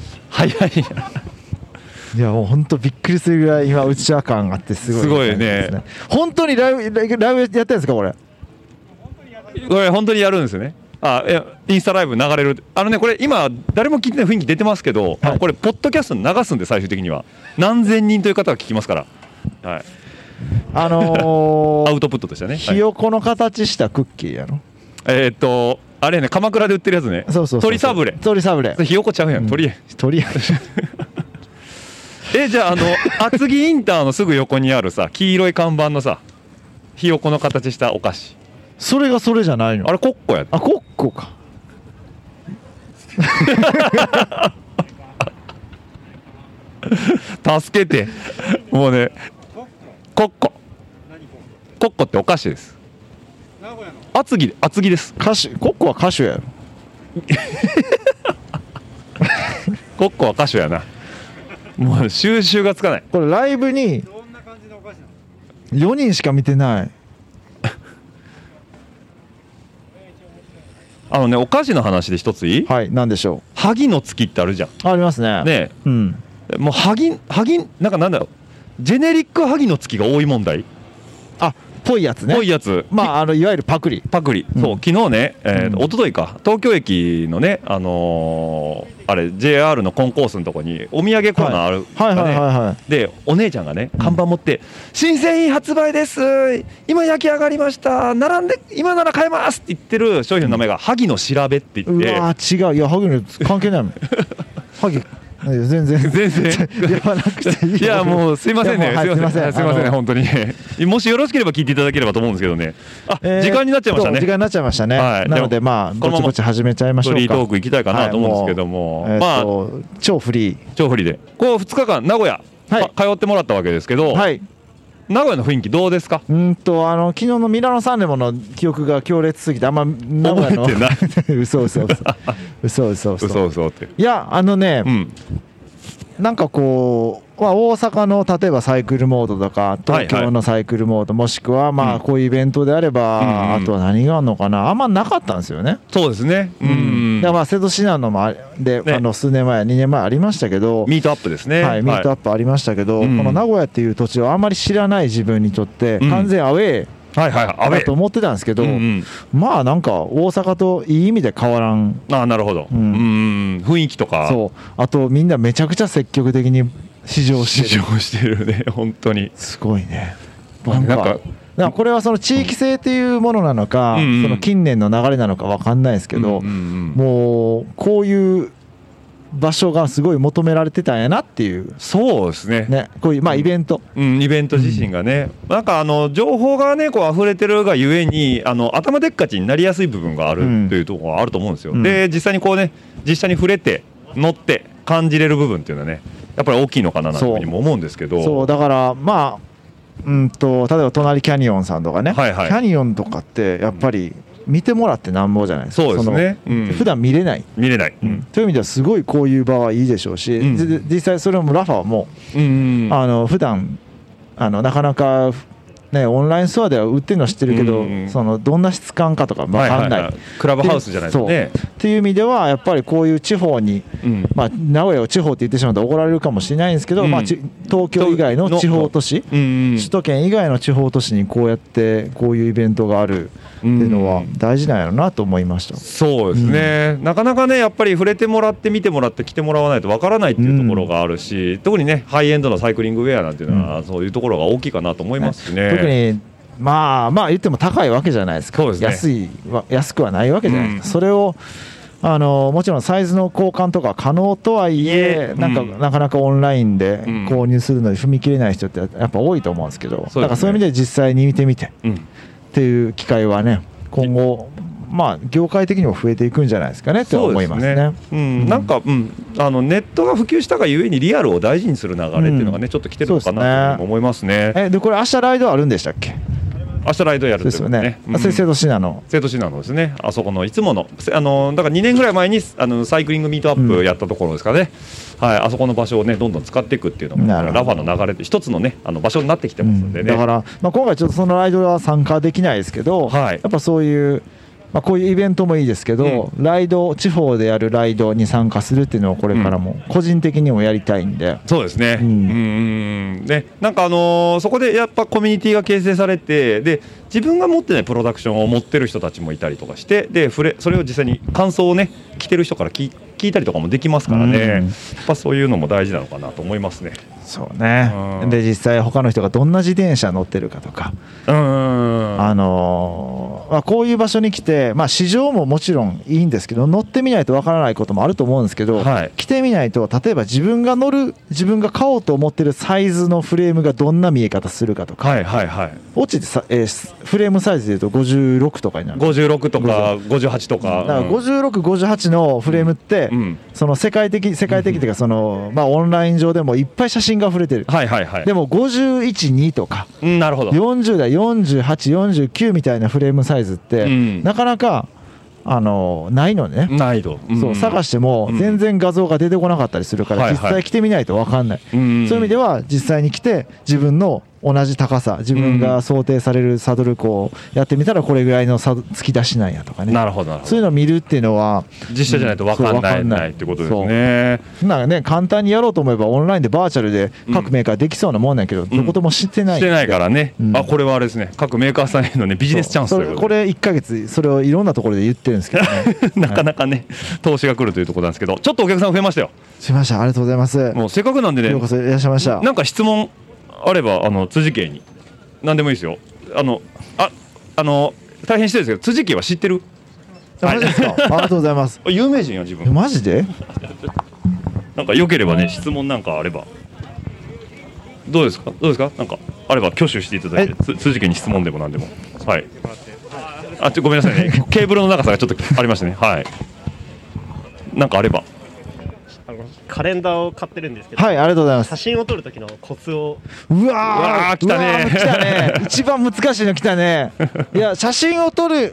いやもう本当びっくりするぐらい今うちわ感があってすごいね。 本当にライブやってるんですかこれ本当にやるんですよね。インスタライブ流れるこれ今誰も聞いてない雰囲気出てますけど、これポッドキャストに流すんで最終的には何千人という方が聞きますから、はい、アウトプットとしてね。 ひよこの形したクッキーやろ。 あれね鎌倉で売ってるやつね。 そう鳥サブレひよこちゃうやん、鳥じゃあ厚木インターのすぐ横にあるさ黄色い看板のさひよこの形したお菓子、 それがそれじゃないの？ あれコッコや。 コッコか助けてもうね、コッコってお菓子です。厚木です。 コッコは歌手やろコッコは歌手やな。もう収集がつかない。 これライブに4人しか見てないお菓子の話で一ついい？ はい、なんでしょう。 萩の月ってあるじゃん。 ありますね。 ねえ、 もう萩なんだろう、ジェネリック萩の月が多い問題。 ぽいやつね。 ぽいやつ。 いわゆるパクリ。そう、 昨日ね、一昨日か、東京駅のね、あれ JR のコンコースのとこにお土産コーナーあるからね。で、お姉ちゃんがね、看板持って新製品発売です。今焼き上がりました。並んで今なら買えますって言ってる商品の名前が萩の調べって言って。 うわ違う。いや萩の関係ないもん。萩。全然言わなくていい。 いやもうすいませんね。すいませんね本当に。もしよろしければ聞いていただければと思うんですけどね。時間になっちゃいましたね。 時間になっちゃいましたね。なのでぼちぼち始めちゃいましょうか。 フリートーク行きたいかなと思うんですけども、 超フリーでこう2日間名古屋通ってもらったわけですけど、名古屋の雰囲気どうですか？ 昨日のミラノサンレモの記憶が強烈すぎて名古屋の覚えてない嘘って。いやなんかこう、大阪の例えばサイクルモードとか東京のサイクルモード、もしくはこういうイベントであれば、あとは何があるのかな、あんまなかったんですよね。 そうですね。 瀬戸シナノもで数年前2年前ありましたけど、 ミートアップですね。 ミートアップありましたけど、この名古屋っていう土地をあんまり知らない自分にとって完全アウェーだと思ってたんですけど、なんか大阪といい意味で変わらん。 なるほど。雰囲気とか。 そう。あとみんなめちゃくちゃ積極的に試乗してるね。本当にすごいね。なんかこれはその地域性っていうものなのか、その近年の流れなのか分かんないですけど、もうこういう場所がすごい求められてたんやなっていう。 そうですね。 こういうイベント、 イベント自身がね、なんか情報がねこう溢れてるがゆえに頭でっかちになりやすい部分があるというところがあると思うんですよ。で実際にこうね実際に触れて乗って感じれる部分っていうのはねやっぱり大きいのかなというふうにも思うんですけど。 そうだから例えば隣キャニオンさんとかね、キャニオンとかってやっぱり見てもらってなんぼじゃないですか。 そうですね。 普段見れない、という意味ではすごいこういう場はいいでしょうし、実際それもラファも普段なかなかねオンラインストアでは売ってるの知ってるけど、どんな質感かとか分かんない。 クラブハウスじゃないですかね。 っていう意味ではやっぱりこういう地方に、名古屋を地方って言ってしまうと怒られるかもしれないんですけど、東京以外の地方都市、首都圏以外の地方都市にこうやってこういうイベントがあるっていうのは大事なんやろうなと思いました。 そうですね。なかなかねやっぱり触れてもらって見てもらって来てもらわないとわからないっていうところがあるし、特にねハイエンドのサイクリングウェアなんていうのはそういうところが大きいかなと思いますしね。 特に言っても高いわけじゃないですか。安くはないわけじゃないですか。それをもちろんサイズの交換とか可能とはいえ、なかなかオンラインで購入するのに踏み切れない人ってやっぱ多いと思うんですけど、だからそういう意味で実際に見てみてっていう機会はね今後業界的にも増えていくんじゃないですかねって思いますね。 なんかネットが普及したがゆえにリアルを大事にする流れっていうのがねちょっと来てるのかなと思いますね。 でこれ明日ライドあるんでしたっけ？ 明日ライドやるってことですよね。それ生徒シナのですね。あそこのいつものだから2年ぐらい前にサイクリングミートアップやったところですかね。はい、あそこの場所をねどんどん使っていくっていうのもラファの流れで一つのね場所になってきてますんでね。 だから今回ちょっとそのライドは参加できないですけど、やっぱそういうこういうイベントもいいですけど、ライド地方でやるライドに参加するっていうのをこれからも個人的にもやりたいんで、 そうですね。でなんかそこでやっぱコミュニティが形成されて、で自分が持ってないプロダクションを持ってる人たちもいたりとかして、でそれを実際に感想をね来てる人から聞いたりとかもできますからね、やっぱそういうのも大事なのかなと思いますね。 そうね。で実際他の人がどんな自転車乗ってるかとか、こういう場所に来て、市場ももちろんいいんですけど、乗ってみないとわからないこともあると思うんですけど、来てみないと、例えば自分が買おうと思ってるサイズのフレームがどんな見え方するかとか、落ちてフレームサイズでいうと56とかになる。 56とか58とか。 だから56、58のフレームって、その世界的っていうかオンライン上でもいっぱい写真が溢れてる。でも51、2とか、 なるほど。 40代、48、49みたいなフレームサイズって、なかなかないのね。そう探しても全然画像が出てこなかったりするから、実際来てみないと分かんない。そういう意味では実際に来て自分の同じ高さ、自分が想定されるサドルコをやってみたらこれぐらいの突き出しなんやとかね。 なるほど。 そういうのを見るっていうのは実写じゃないと分かんないってことですね。 なんかね、簡単にやろうと思えばオンラインでバーチャルで各メーカーできそうなもんなんやけど、どこともしてないからね。これはあれですね、各メーカーさんへのねビジネスチャンスということで、 これ1ヶ月それをいろんなところで言ってるんですけどねなかなかね投資が来るというところなんですけど、ちょっとお客さん増えましたよ。 しました。ありがとうございます。 もうせっかくなんでね、 ようこそいらっしゃいました。 なんか質問あれば辻家に何でもいいですよ。大変失礼ですけど、辻家は知ってる？ マジですか？ありがとうございます。 有名人や自分。 マジで？ なんか良ければね、質問なんかあれば。どうですか？なんかあれば挙手していただいて、辻家に質問でも何でも。はい。ごめんなさいね。ケーブルの長さがちょっとありましたね。はい。なんかあれば。 カレンダーを買ってるんですけど、 はい、ありがとうございます。 写真を撮る時のコツを。 うわー来たね一番難しいの来たね。いや、写真を撮る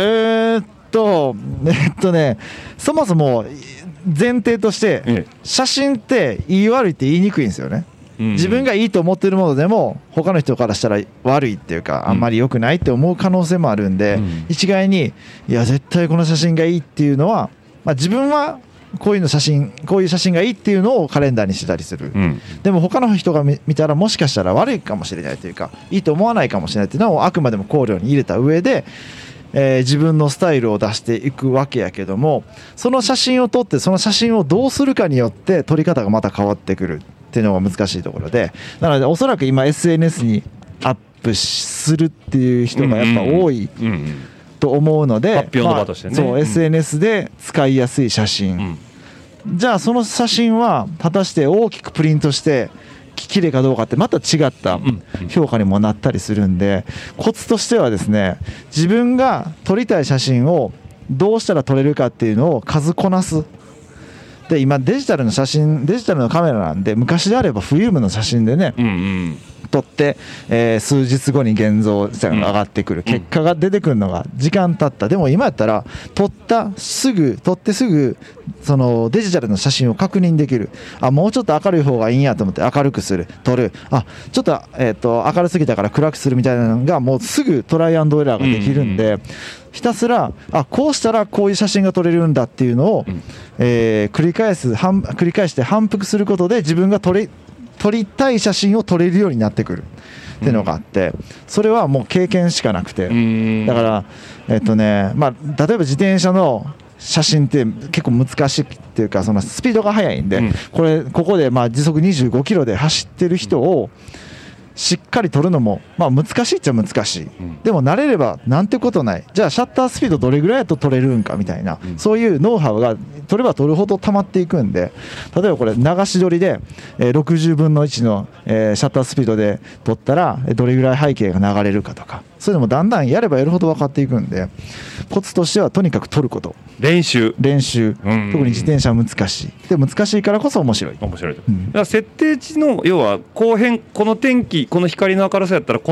そもそも前提として、写真っていい悪いって言いにくいんですよね。自分がいいと思ってるものでも他の人からしたら悪いっていうか、あんまり良くないって思う可能性もあるんで、一概にいや絶対この写真がいいっていうのは、自分はこういう写真がいいっていうのをカレンダーにしてたりする、でも他の人が見たらもしかしたら悪いかもしれないというか、いいと思わないかもしれないっていうのをあくまでも考慮に入れた上で、自分のスタイルを出していくわけやけども、その写真を撮ってその写真をどうするかによって撮り方がまた変わってくるっていうのが難しいところで、なのでおそらく今 SNS にアップするっていう人がやっぱ多いと思うので、 発表の場としてね、 そう SNS で使いやすい写真、じゃあその写真は果たして大きくプリントして綺麗かどうかってまた違った評価にもなったりするんで、コツとしてはですね、自分が撮りたい写真をどうしたら撮れるかっていうのを数こなす。で今デジタルのカメラなんで、昔であればフィルムの写真でね、撮って、数日後に現像が上がってくる、結果が出てくるのが時間経った。でも今やったら撮ってすぐそのデジタルの写真を確認できる。もうちょっと明るい方がいいんやと思って明るくする、撮る、ちょっと、明るすぎたから暗くするみたいなのがもうすぐトライアンドエラーができるんで、ひたすらこうしたらこういう写真が撮れるんだっていうのを、繰り返して反復することで自分が撮りたい写真を撮れるようになってくるっていうのがあって、それはもう経験しかなくて、だから例えば自転車の写真って結構難しいっていうか、そのスピードが速いんで、ここで時速25キロで走ってる人をしっかり撮るのも難しいっちゃ難しい、でも慣れればなんてことない。じゃあシャッタースピードどれぐらいだと撮れるんかみたいな、そういうノウハウが撮れば撮るほど溜まっていくんで、例えばこれ流し撮りで60分の1のシャッタースピードで撮ったらどれぐらい背景が流れるかとか、そういうのもだんだんやればやるほど分かっていくんで、コツとしてはとにかく撮ること、練習、特に自転車は難しい。で難しいからこそ面白い。だから設定値の要はこの天気、この光の明るさやったらこの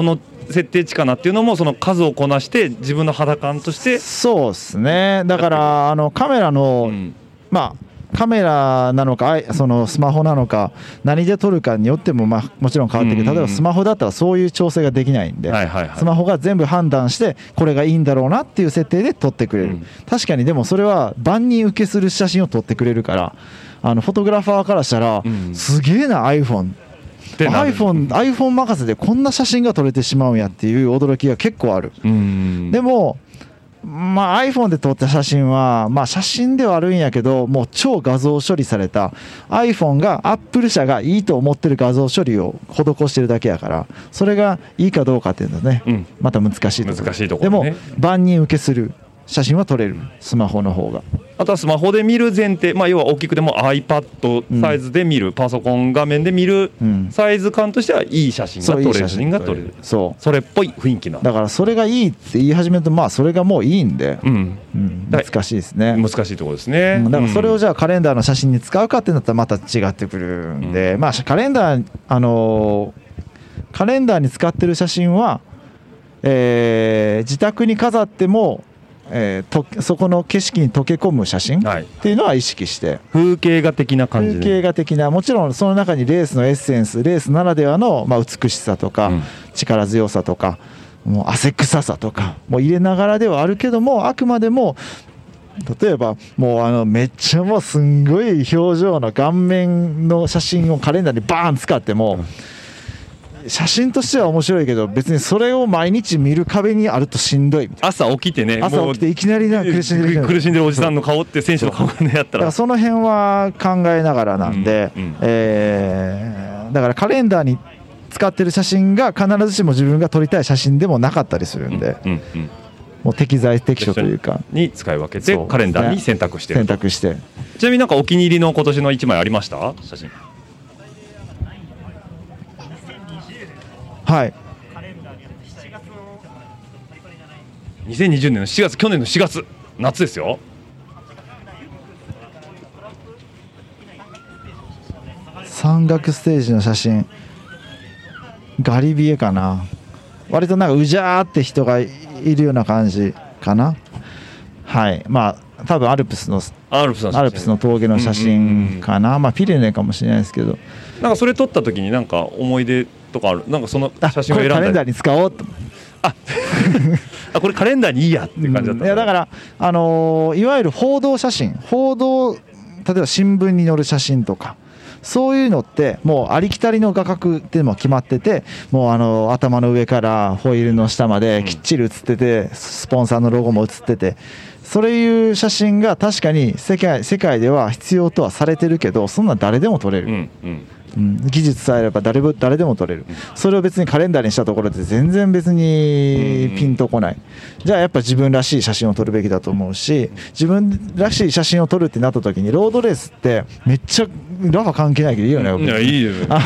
設定値かなっていうのもその数をこなして自分の肌感としてそうですね。だからカメラの、まあカメラなのかそのスマホなのか何で撮るかによってもまあもちろん変わってくる。例えばスマホだったらそういう調整ができないんで、スマホが全部判断してこれがいいんだろうなっていう設定で撮ってくれる。確かにでもそれは万人受けする写真を撮ってくれるから、フォトグラファーからしたらすげえな iPhone 任せでこんな写真が撮れてしまうんやっていう驚きが結構ある。でもまあ、iPhone で撮った写真は、まあ、写真ではあるんやけどもう超画像処理された iPhone が Apple 社がいいと思ってる画像処理を施してるだけやから、それがいいかどうかっていうのはね、また難しいところ、でも万人受けする写真は撮れる、スマホの方が。 あとはスマホで見る前提、まあ、要は大きくても iPad サイズで見る、パソコン画面で見るサイズ感としてはいい写真が撮れる、写真が撮れる、それっぽい雰囲気な。 だからそれがいいって言い始めると、まあそれがもういいんで、難しいですね。 難しいところですね。 だからそれをじゃあカレンダーの写真に使うかってなったらまた違ってくるんで、まあカレンダーに使ってる写真は、自宅に飾ってもそこの景色に溶け込む写真っていうのは意識して、 風景画的な感じで、 風景画的な、もちろんその中にレースのエッセンス、レースならではのまあ美しさとか力強さとかもう汗臭さとかも入れながらではあるけども、あくまでも例えばもうめっちゃもうすんごい表情の顔面の写真をカレンダーにバーン使っても、写真としては面白いけど別にそれを毎日見る壁にあるとしんどいみたいな。 朝起きてね、 朝起きていきなり苦しんでるおじさんの顔って選手の顔でやったら、 その辺は考えながらなんで、だからカレンダーに使ってる写真が必ずしも自分が撮りたい写真でもなかったりするんで、もう適材適所というかに使い分けてカレンダーに選択してる。 選択して。 ちなみになんかお気に入りの今年の1枚ありました？写真。 はい。 2020年の7月、去年の4月、夏ですよ。 山岳ステージの写真、ガリビエかな。割となんかうじゃーって人がいるような感じかな。はい、まあ多分アルプスの峠の写真かな。まあピレネーかもしれないですけど、 なんかそれ撮った時になんか思い出とかある？なんかその写真を選んだり、 これカレンダーに使おうと。 これカレンダーにいいやっていう感じだった。 いやだからいわゆる報道写真、例えば新聞に載る写真とか。そういうのってもうありきたりの画角っていうのも決まってて、もう頭の上からホイールの下まできっちり写ってて、スポンサーのロゴも写ってて、そういう写真が確かに世界では必要とはされてるけど、そんな誰でも撮れる、技術さえあれば誰でも撮れる。それを別にカレンダーにしたところで全然別にピンとこない。じゃあやっぱ自分らしい写真を撮るべきだと思うし、自分らしい写真を撮るってなった時にロードレースってめっちゃラファ関係ないけどいいよね。 いやいいよ。 ロ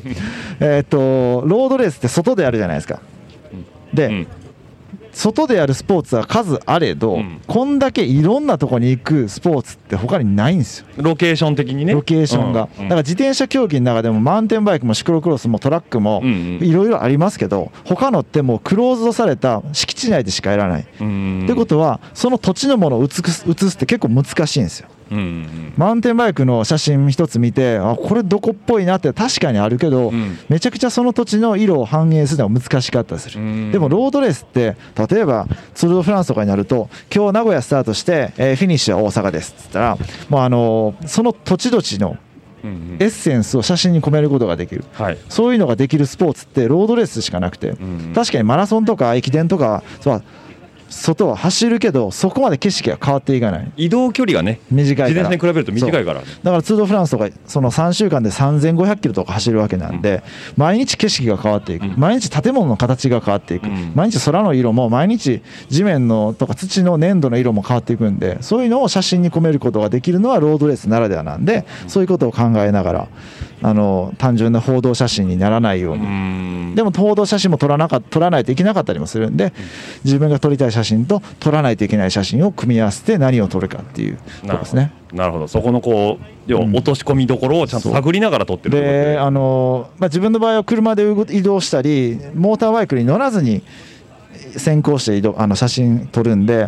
ードレースって外でやるじゃないですか。で、外でやるスポーツは数あれど、こんだけいろんなとこに行くスポーツって他にないんですよ。 ロケーション的にね。 ロケーションが、だから自転車競技の中でもマウンテンバイクもシクロクロスもトラックもいろいろありますけど、他のってもうクローズドされた敷地内でしかやらない。ってことはその土地のものを写すって結構難しいんですよ。マウンテンバイクの写真一つ見て、これどこっぽいなって確かにあるけど、めちゃくちゃその土地の色を反映するのは難しかったりする。でもロードレースって例えばツール・ド・フランスとかになると、今日名古屋スタートしてフィニッシュは大阪ですっつったら、もうその土地土地のエッセンスを写真に込めることができる、そういうのができるスポーツってロードレースしかなくて、確かにマラソンとか駅伝とか外は走るけどそこまで景色が変わっていかない。 移動距離がね短いから、 自転車に比べると短いから、ね、 だからツール・ド・フランスとかその3週間で3500キロとか走るわけなんで、毎日景色が変わっていく、毎日建物の形が変わっていく、毎日空の色も毎日地面のとか土の粘土の色も変わっていくんで、そういうのを写真に込めることができるのはロードレースならではなんで、そういうことを考えながら単純な報道写真にならないように、でも報道写真も撮らないといけなかったりもするんで、自分が撮りたい写真と撮らないといけない写真を組み合わせて何を撮るかっていうところですね。 なるほど、そこのこう要は落とし込みどころをちゃんと探りながら撮ってるで、自分の場合は車で移動したりモーターバイクに乗らずに先行して写真撮るんで、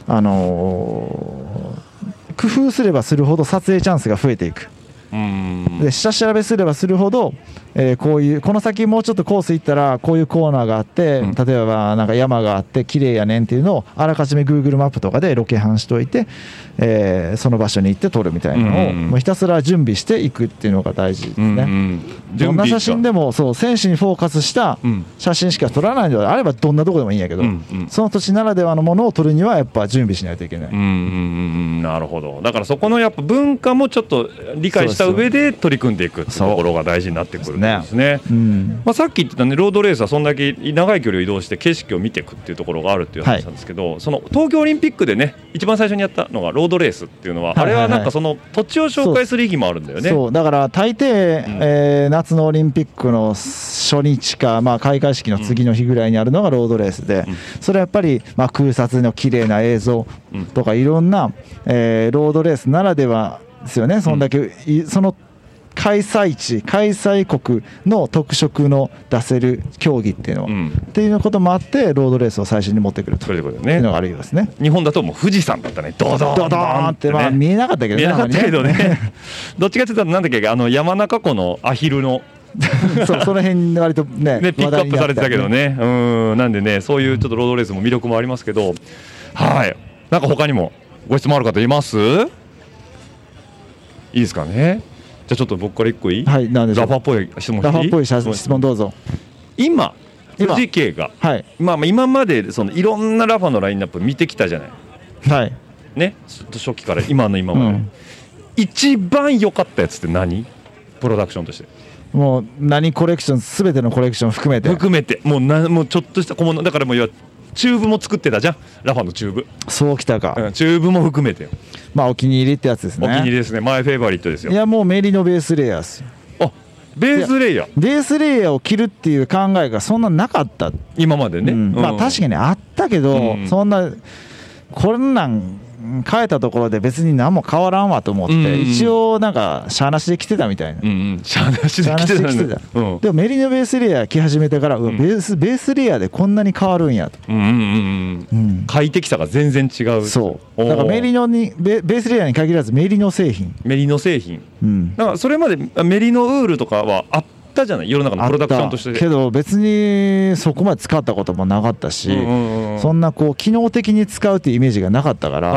工夫すればするほど撮影チャンスが増えていく。で下調べすればするほど、この先もうちょっとコース行ったらこういうコーナーがあって、例えばなんか山があって綺麗やねんっていうのをあらかじめ Google マップとかでロケハンしといて、その場所に行って撮るみたいなのを、もうひたすら準備していくっていうのが大事ですね。どんな写真でもそう選手にフォーカスした写真しか撮らないのであればどんなとこでもいいんやけど、その土地ならではのものを撮るにはやっぱ準備しないといけない。 なるほど。だからそこのやっぱ文化もちょっと理解した上で取り組んでいくっていうところが大事になってくるんですね。さっき言ってたね、ロードレースはそんだけ長い距離を移動して景色を見ていくっていうところがあるっていう話なんですけど、その東京オリンピックでね一番最初にやったのがロードレースっていうのは、あれはなんかその土地を紹介する意義もあるんだよね。 そうだから大抵、夏のオリンピックの初日か、開会式の次の日ぐらいにあるのがロードレースで、それはやっぱり、空撮の綺麗な映像とかいろんな、ロードレースならではですよね。そんだけ、その開催地開催国の特色の出せる競技っていうのは、っていうこともあってロードレースを最初に持ってくるというのがあるようですね。 日本だともう富士山だったね、ドドーンってね、 見えなかったけどね。 見えなかったけどねどっちかというとなんだっけ、山中湖のアヒルのその辺割とねピックアップされてたけどね。なんでね、そういうちょっとロードレースも魅力もありますけど、はい、なんか他にもご質問ある方います？いいですかね。じゃあちょっと僕から1個いい？ はい、なんでしょう。 ラファっぽい質問していい？ ラファっぽい質問どうぞ。 今富士系が、今までそのいろんなラファのラインナップ見てきたじゃない。 はい。 ね、初期から今まで、一番良かったやつって何？プロダクションとして。 もう何コレクションすべてのコレクション含めてもうちょっとした小物だからもうチューブも作ってたじゃん、ラファのチューブ。 そうきたか、 チューブも含めてお気に入りってやつですね。 お気に入りですね。マイフェイバリットですよ。 いやもうメリノベースレイヤーです。 ベースレイヤー、 ベースレイヤーを着るっていう考えがそんななかった今までね。 確かにあったけど、そんなこんなん変えたところで別に何も変わらんわと思って、一応なんかシャーなしで着てたみたいな。 シャーなしで着てた。 でもメリノベースレイヤー着始めてから、ベースレイヤーでこんなに変わるんやと。 快適さが全然違う。 そうだからベースレイヤーに限らずメリノ製品、だからそれまでメリノウールとかはあったじゃない、世の中のプロダクションとして。けど別にそこまで使ったこともなかったし、そんなこう機能的に使うっていうイメージがなかったから、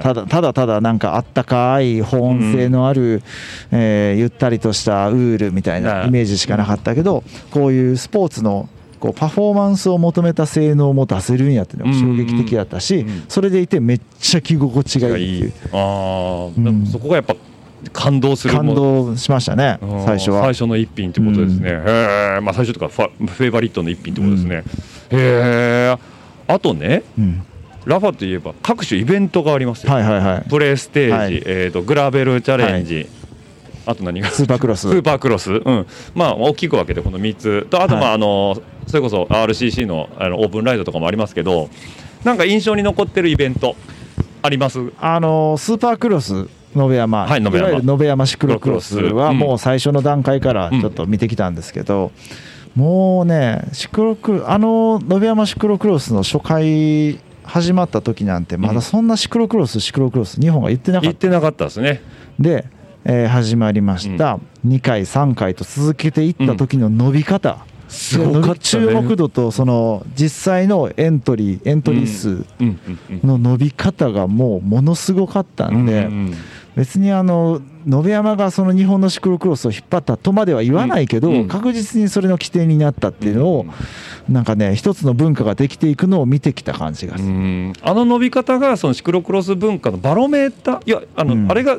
ただなんかあったかい保温性のある、ゆったりとしたウールみたいなイメージしかなかったけど、こういうスポーツのこうパフォーマンスを求めた性能も出せるんやっていうのが衝撃的だったし、それでいてめっちゃ着心地がいいっていう。 そこがやっぱ感動する。 感動しましたね、最初は。 最初の一品ってことですね。最初とかフェイバリットの一品ってことですね。あとね、ラファといえば各種イベントがありますよ。プレステージ、グラベルチャレンジ、あと何がスーパークロス、 大きく分けてこの3つと、あとそれこそ RCC のオープンライドとかもありますけど、なんか印象に残ってるイベントあります？スーパークロス野辺山、いわゆる野辺山シクロクロスはもう最初の段階からちょっと見てきたんですけど、もうね野辺山シクロクロスの初回始まった時なんてまだそんなシクロクロス日本が言ってなかったですね。 で、始まりました、2回3回と続けていった時の伸び方、 すごかったね。 注目度とその実際のエントリー数の伸び方がもうものすごかったんで、別に野辺山がその日本のシクロクロスを引っ張ったとまでは言わないけど、確実にそれの起点になったっていうのを、なんかね一つの文化ができていくのを見てきた感じがする。 伸び方がそのシクロクロス文化のバロメーター、あれが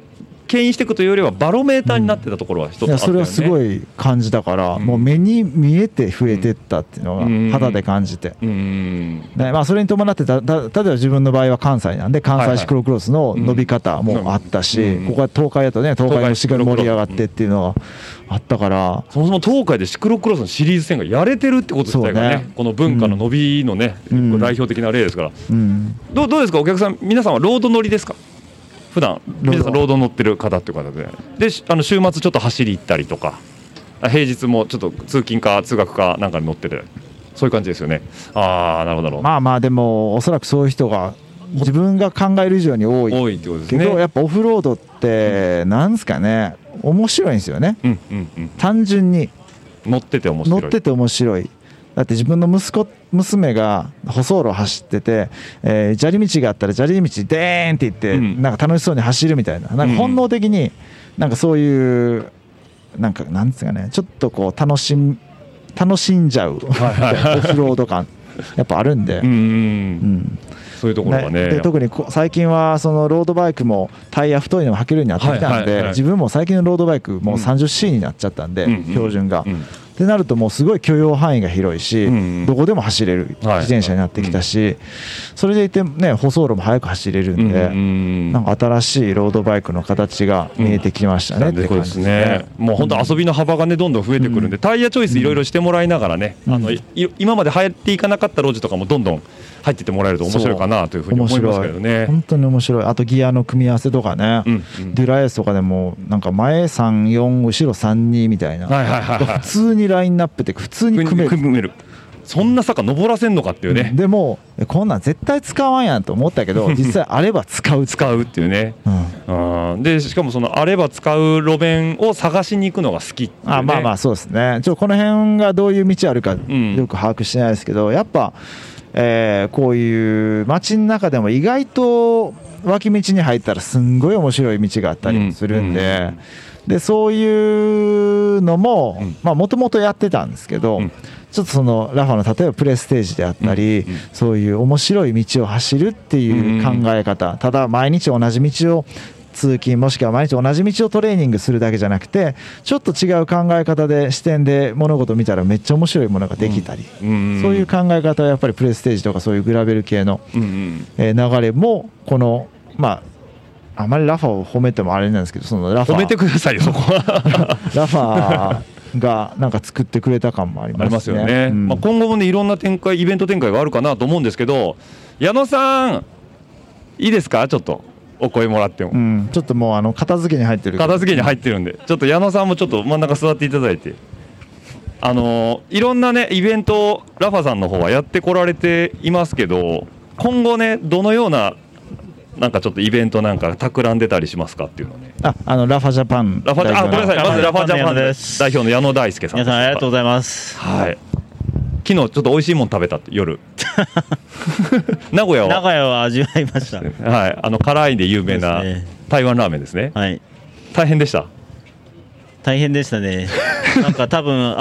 牽引していくというよりはバロメーターになってたところは一つあったよね。 それはすごい感じたから、もう目に見えて増えてったっていうのが肌で感じて、まあ、それに伴って例えば自分の場合は関西なんで関西シクロクロスの伸び方もあったし、ここは東海だとね東海のしっかり盛り上がってっていうのがあったから、 そもそも東海でシクロクロスのシリーズ戦がやれてるってこと自体がね、この文化の伸びのね、代表的な例ですから、どうですかお客さん、皆さんはロード乗りですか？普段皆さんロード乗ってる方っていう方で、週末ちょっと走り行ったりとか、平日もちょっと通勤か通学かなんかに乗ってる、そういう感じですよね。ああ、なるほど。 まあまあでもおそらくそういう人が自分が考える以上に多いってことですね。 けどやっぱオフロードってなんですかね、面白いんですよね。単純に乗ってて面白い。だって自分の娘が舗装路を走ってて、砂利道があったら砂利道でーんっていって、なんか楽しそうに走るみたいな、なんか本能的になんかそういうなんかなんですかね、ちょっとこう楽しんじゃうオフロード感やっぱあるんで、 そういうところがね。 で特に最近はそのロードバイクもタイヤ太いのも履けるようになってきたんで、自分も最近のロードバイクもう 30C になっちゃったんで、標準が。ってなるともうすごい許容範囲が広いし、どこでも走れる自転車になってきたし、それでいてね舗装路も速く走れるんで、なんか新しいロードバイクの形が見えてきましたねって感じですね。 もう本当遊びの幅がねどんどん増えてくるんで、タイヤチョイスいろいろしてもらいながらね、今まで流行っていかなかった路地とかもどんどん入ってってもらえると面白いかなというふうに思いますけどね。 本当に面白い。あとギアの組み合わせとかね、デュラエースとかでもなんか前34後ろ32みたいな、普通にラインナップで普通に組める。 そんな坂登らせんのかっていうね。 でもこんなん絶対使わんやんと思ったけど実際あれば使うっていうね。でしかもそのあれば使う路面を探しに行くのが好きっていうね。 まあまあそうですね。この辺がどういう道あるかよく把握してないですけど、やっぱこういう街の中でも意外と脇道に入ったらすんごい面白い道があったりするんで、そういうのももともとやってたんですけど、ちょっとそのラファの例えばプレステージであったり、そういう面白い道を走るっていう考え方、ただ毎日同じ道を通勤もしくは毎日同じ道をトレーニングするだけじゃなくて、ちょっと違う考え方で視点で物事を見たらめっちゃ面白いものができたり、そういう考え方はやっぱりプレステージとかそういうグラベル系の流れもこのあまりラファを褒めてもあれなんですけど、そのラファ褒めてくださいよそこはラファがなんか作ってくれた感もありますね。 よね。今後もねいろんなイベント展開があるかなと思うんですけど、矢野さんいいですか、ちょっとお声もらっても。 ちょっともう片付けに入ってるんで、ちょっと矢野さんもちょっと真ん中座っていただいて、いろんなねイベントをラファさんの方はやってこられていますけど、今後ねどのようななんかちょっとイベントなんか企んでたりしますかっていうのね。 ラファジャパン、 ごめんなさい、まずラファジャパン代表の矢野大輔さん。 皆さんありがとうございます。 はい。昨日ちょっと美味しいもの食べたって夜名古屋は味わいました。 はい、辛いで有名な台湾ラーメンですね。 はい。 大変でしたね。なんか多分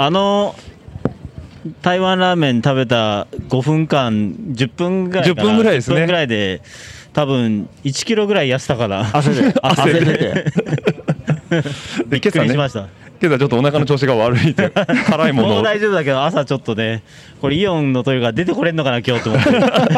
台湾ラーメン食べた5分間10分ぐらいですね。 10分ぐらいで多分1キロぐらい痩せたから汗でびっくりしました。 今朝ちょっとお腹の調子が悪いという辛いものをもう大丈夫だけど朝ちょっとね、これイオンのトイレが出てこれんのかな今日と思って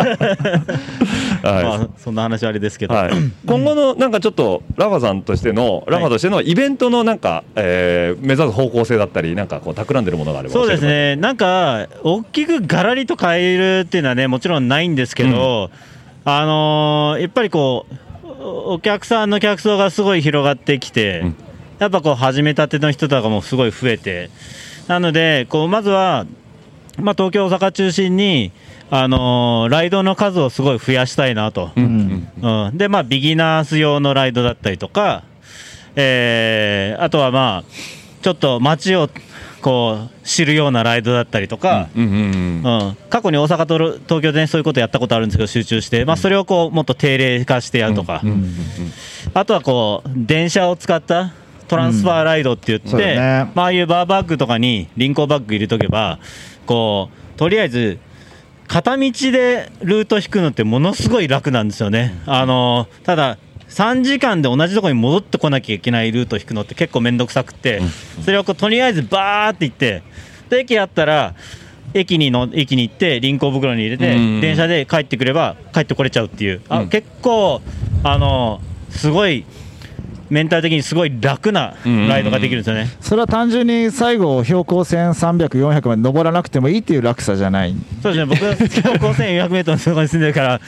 そんな話はあれですけど、 今後のなんかちょっとラファさんとしてのイベントのなんか目指す方向性だったり、なんかこう企んでるものがあれば。 そうですね、なんか大きくガラリと変えるっていうのはねもちろんないんですけど、やっぱりこうお客さんの客層がすごい広がってきて、やっぱこう始めたての人とかもすごい増えて、なのでこうまずは、東京大阪中心にライドの数をすごい増やしたいなと、でビギナーズ用のライドだったりとか、あとはちょっと街をこう知るようなライドだったりとか、過去に大阪と東京で、そういうことやったことあるんですけど集中して、それをこうもっと定例化してやるとか、あとはこう電車を使ったトランスファーライドって言って、ああいうバーバッグとかに輪行バッグ入れとけばこうとりあえず片道でルート引くのってものすごい楽なんですよね。ただ 3時間で同じところに戻ってこなきゃいけないルートを引くのって結構面倒くさくて、それをとりあえずバーって行って、で駅あったら駅に行って輪行袋に入れて電車で帰ってくれば帰ってこれちゃうっていう、結構すごいメンタル的にすごい楽なライドができるんですよね。 それは単純に最後標高1300、400まで登らなくてもいいっていう落差じゃない。 そうですね、僕は標高1400メートルのところに住んでるから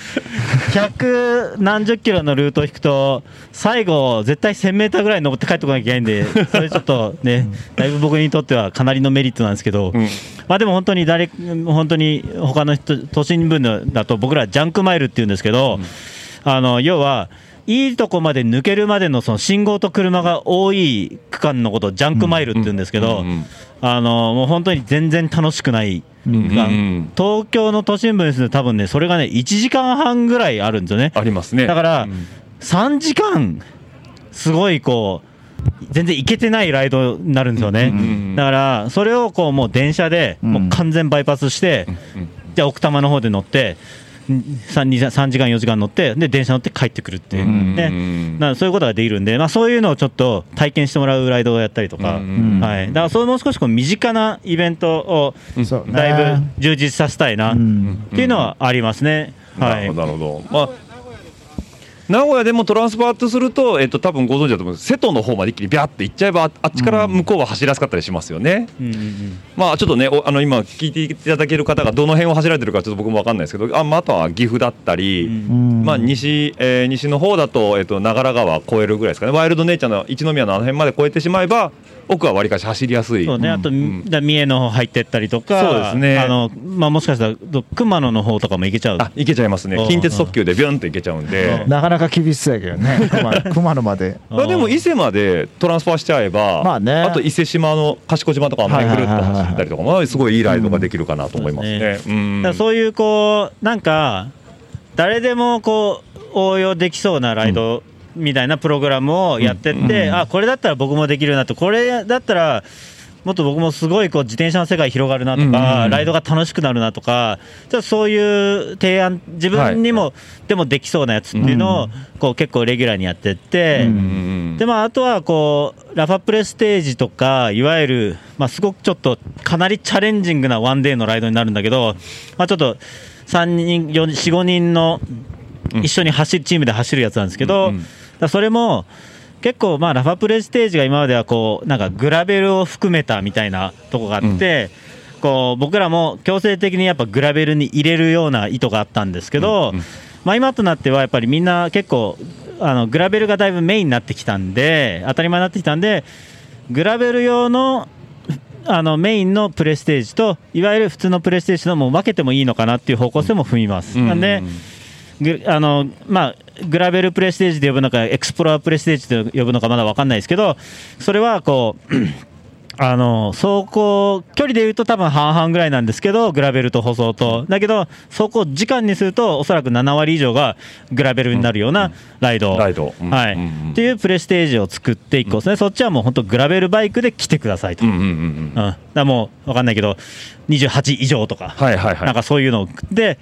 100何十キロのルートを引くと最後絶対1000メーターぐらい登って帰ってこなきゃいけないんで、それちょっとねだいぶ僕にとってはかなりのメリットなんですけど、まあでも本当に他の人都心部だと僕らジャンクマイルっていうんですけど、要はいいとこまで抜けるまでのその信号と車が多い区間のことをジャンクマイルって言うんですけど、もう本当に全然楽しくない区間、東京の都心部に住んで多分ねそれがね1時間半ぐらいあるんですよね。 ありますね。 だから3時間すごいこう全然行けてないライドになるんですよね。だからそれをこうもう電車でもう完全バイパスして、じゃあ奥多摩の方で乗って3時間4時間乗ってで電車乗って帰ってくるっていう、そういうことができるんで、そういうのをちょっと体験してもらうライドをやったりとか、だからそれもう少しこう身近なイベントをだいぶ充実させたいなっていうのはありますね。 なるほど。名古屋でもトランスファートすると、多分ご存知だと思うんです。瀬戸の方まで一気にビャーって行っちゃえば、あっちから向こうは走りやすかったりしますよね。ちょっとね今聞いていただける方がどの辺を走られてるかちょっと僕も分かんないですけど、あとは岐阜だったり、西の方だと、長良川越えるぐらいですかね。ワイルドネイチャーの一宮のあの辺まで越えてしまえば奥はわりかし走りやすい。 そうね、あと、三重の方入ってったりとか、 そうですね。 もしかしたら熊野の方とかも行けちゃう。 行けちゃいますね。近鉄特急でビュンと行けちゃうんで。 なかなか厳しそうやけどね。熊野まで。 でも伊勢までトランスファーしちゃえば、あと伊勢島の賢島とかあの辺ぐるっと走ったりとかもすごいいいライドができるかなと思いますね。 そういうこうなんか誰でもこう応用できそうなライドみたいなプログラムをやってって、これだったら僕もできるなと、これだったらもっと僕もすごいこう自転車の世界広がるなとか、ライドが楽しくなるなとか、ちょっとそういう提案自分にもでもできそうなやつっていうのをこう結構レギュラーにやってって、であとはこうラファプレステージとかいわゆるすごくちょっとかなりチャレンジングなワンデーのライドになるんだけど、ちょっと3人4、5人の一緒にチームで走るやつなんですけど、それも結構ラファプレステージが今まではこうなんかグラベルを含めたみたいなとこがあって、こう僕らも強制的にやっぱグラベルに入れるような意図があったんですけど、今となってはやっぱりみんな結構グラベルがだいぶメインになってきたんで、当たり前になってきたんで、グラベル用のメインのプレステージといわゆる普通のプレステージのも分けてもいいのかなっていう方向性も踏みます。なんでグラベルプレステージで呼ぶのかエクスプローラープレステージで呼ぶのかまだ分かんないですけど、それはこう走行距離でいうと多分半々ぐらいなんですけど、グラベルと舗装とだけど走行時間にするとおそらく7割以上がグラベルになるようなライド、っていうプレステージを作っていこうですね。そっちはもう本当グラベルバイクで来てくださいと、だもう分かんないけど28以上とか、なんかそういうの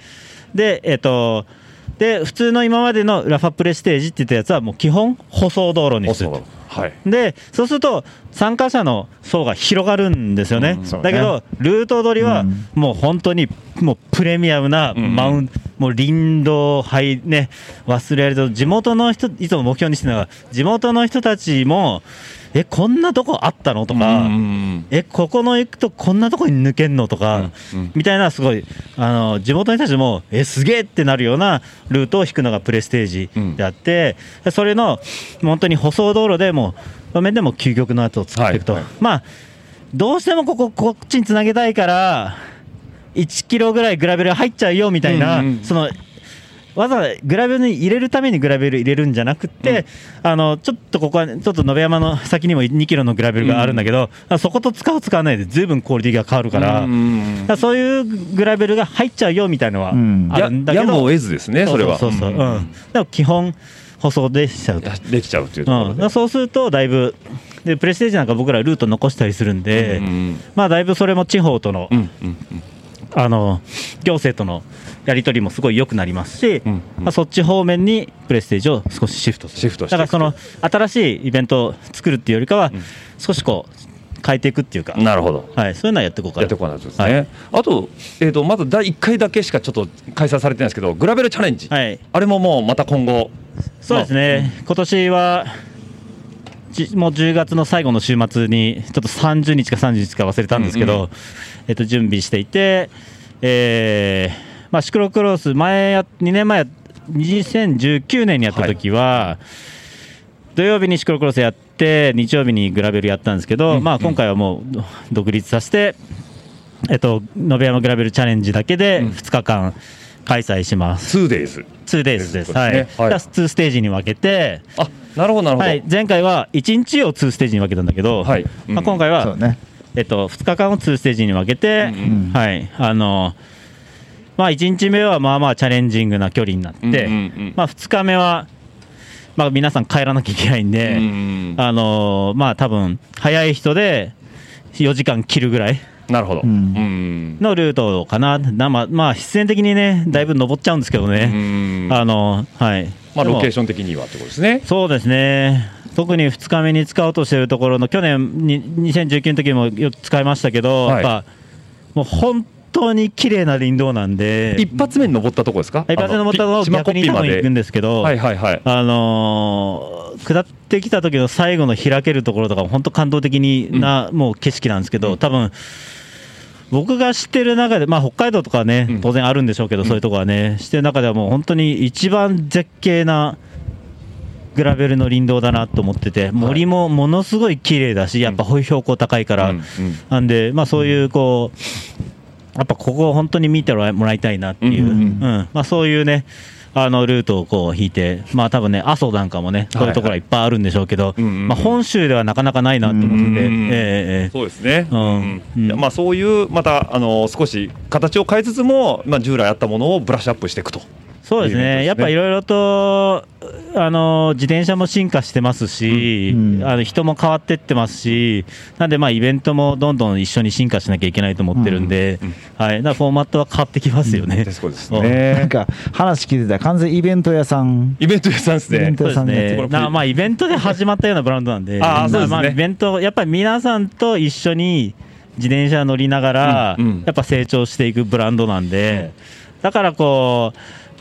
で普通の今までのラファプレステージって言ったやつはもう基本舗装道路にすると。でそうすると参加者の層が広がるんですよね。だけどルート取りはもう本当にもうプレミアムなもう林道忘れられると、地元の人いつも目標にしてるのが地元の人たちもこんなとこあったのとか、ここの行くとこんなとこに抜けんのとか、みたいなすごい地元の人たちもすげえってなるようなルートを引くのがプレステージであって、それの本当に舗装道路でも場面でも究極のやつを作っていくと、どうしてもこっちにつなげたいから1キロぐらいグラベル入っちゃうよみたいな、そのわざわざグラベルに入れるためにグラベル入れるんじゃなくて、ちょっとここはちょっと延山の先にも2キロのグラベルがあるんだけど、そこと使う使わないで随分クオリティが変わるから、そういうグラベルが入っちゃうよみたいなのはあるんだけど、 やむを得ずですね。それはでも基本舗装でしちゃうとできちゃうというところで、 そうするとだいぶでプレステージなんか僕らルート残したりするんで、だいぶそれも地方との行政とのやり取りもすごい良くなりますし、そっち方面にプレステージを少しシフトする。だからその新しいイベントを作るっていうよりかは、少しこう変えていくっていうか。 なるほど。 はい、そういうのはやっていこうかな。 やっていこうかなとですね。あとまず第1回だけしかちょっと開催されてないんですけど、グラベルチャレンジ。あれももうまた今後。 そうですね。今年はもう10月の最後の週末にちょっと30日か30日か忘れたんですけど、準備していて、シクロクロス2年前2019年にやった時は土曜日にシクロクロスやって日曜日にグラベルやったんですけど、今回はもう独立させて、延山グラベルチャレンジだけで2日間開催します。 2days です。はい。2ステージに分けて。 なるほどなるほど。 はい。前回は1日を2ステージに分けたんだけど、今回は2日間を2ステージに分けて、はい。1日目はまあまあチャレンジングな距離になって、2日目は皆さん帰らなきゃいけないんで、多分早い人で4時間切るぐらい。 なるほど。 のルートかな。必然的にね、だいぶ登っちゃうんですけどね。 ロケーション的にはってことですね。 そうですね。特に2日目に使おうとしているところの去年に2019の時もよく使いましたけど、やっぱもう本当に綺麗な林道なんで。 一発目に登ったとこですか？ 一発目に登ったのを逆に多分行くんですけど、下ってきた時の最後の開けるところとかも本当感動的なもう景色なんですけど、多分僕が知ってる中で、北海道とかはね、当然あるんでしょうけど、そういうところはね、知ってる中ではもう本当に一番絶景なグラベルの林道だなと思ってて、森もものすごい綺麗だし、やっぱ標高高いから、なんで、そういうこう、やっぱここを本当に見てもらいたいなっていう、そういうね、ルートをこう引いて、多分ね、阿蘇なんかもね、そういうところはいっぱいあるんでしょうけど、本州ではなかなかないなと思ってて、 そうですね、そういうまた少し形を変えつつも、従来あったものをブラッシュアップしていくと。 そうですね、やっぱいろいろと自転車も進化してますし、人も変わっていってますし、なんでイベントもどんどん一緒に進化しなきゃいけないと思ってるんで、だからフォーマットは変わってきますよね。 そうですね。 なんか話聞いてたら完全イベント屋さん。 イベント屋さんですね。 イベントで始まったようなブランドなんで、イベントやっぱり皆さんと一緒に自転車乗りながらやっぱ成長していくブランドなんで、だからこう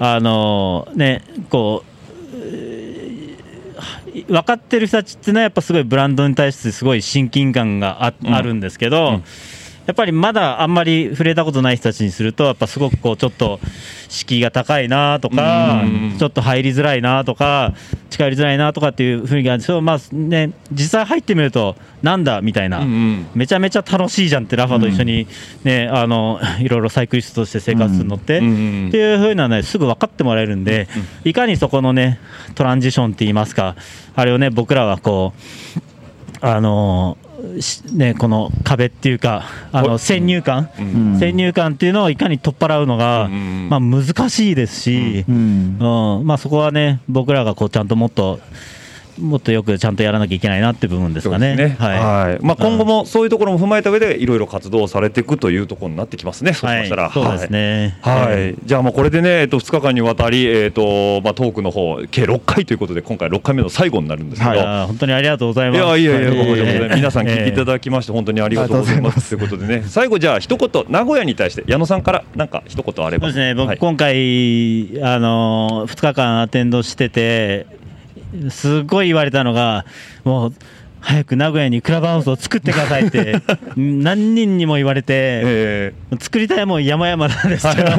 分かってる人たちっていうのはやっぱすごいブランドに対してすごい親近感があるんですけど、やっぱりまだあんまり触れたことない人たちにするとやっぱすごくこうちょっと敷居が高いなとか、ちょっと入りづらいなとか近寄りづらいなとかっていう雰囲気があるんですけど、実際入ってみるとなんだみたいな、めちゃめちゃ楽しいじゃんってラファと一緒にね、いろいろサイクリストとして生活するのってっていう風なねすぐ分かってもらえるんで、いかにそこのねトランジションって言いますか、あれをね僕らはこうこの壁っていうか先入観っていうのをいかに取っ払うのが難しいですし、そこはね僕らがこうちゃんともっとよくちゃんとやらなきゃいけないなって部分ですかね。 今後もそういうところも踏まえた上でいろいろ活動されていくというところになってきますね。そうしましたら、 そうですね。 じゃあこれでね2日間にわたりトークの方計6回ということで今回6回目の最後になるんですけど、 本当にありがとうございます。 皆さん聞いていただきまして本当にありがとうございますということでね、最後じゃあ一言名古屋に対して矢野さんからなんか一言あれば。 そうですね、僕今回2日間アテンドしててすごい言われたのが、もう早く名古屋にクラブハウスを作ってくださいって何人にも言われて、作りたいもん山々なんですけど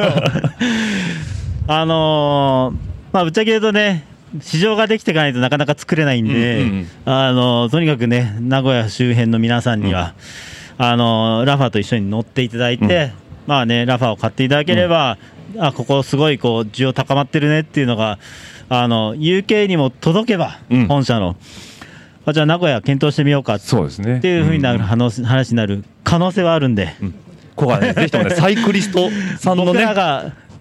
ぶっちゃけ言うとね、市場ができていかないとなかなか作れないんで、とにかくね名古屋周辺の皆さんには、ラファと一緒に乗っていただいて、ラファを買っていただければ、ここすごいこう需要高まってるねっていうのがUK にも届けば、本社のじゃあ名古屋検討してみようかっていうふうになる話になる可能性はあるんで、 ここはねぜひともねサイクリストさんのね僕らが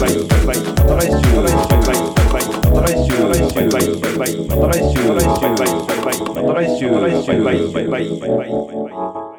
来週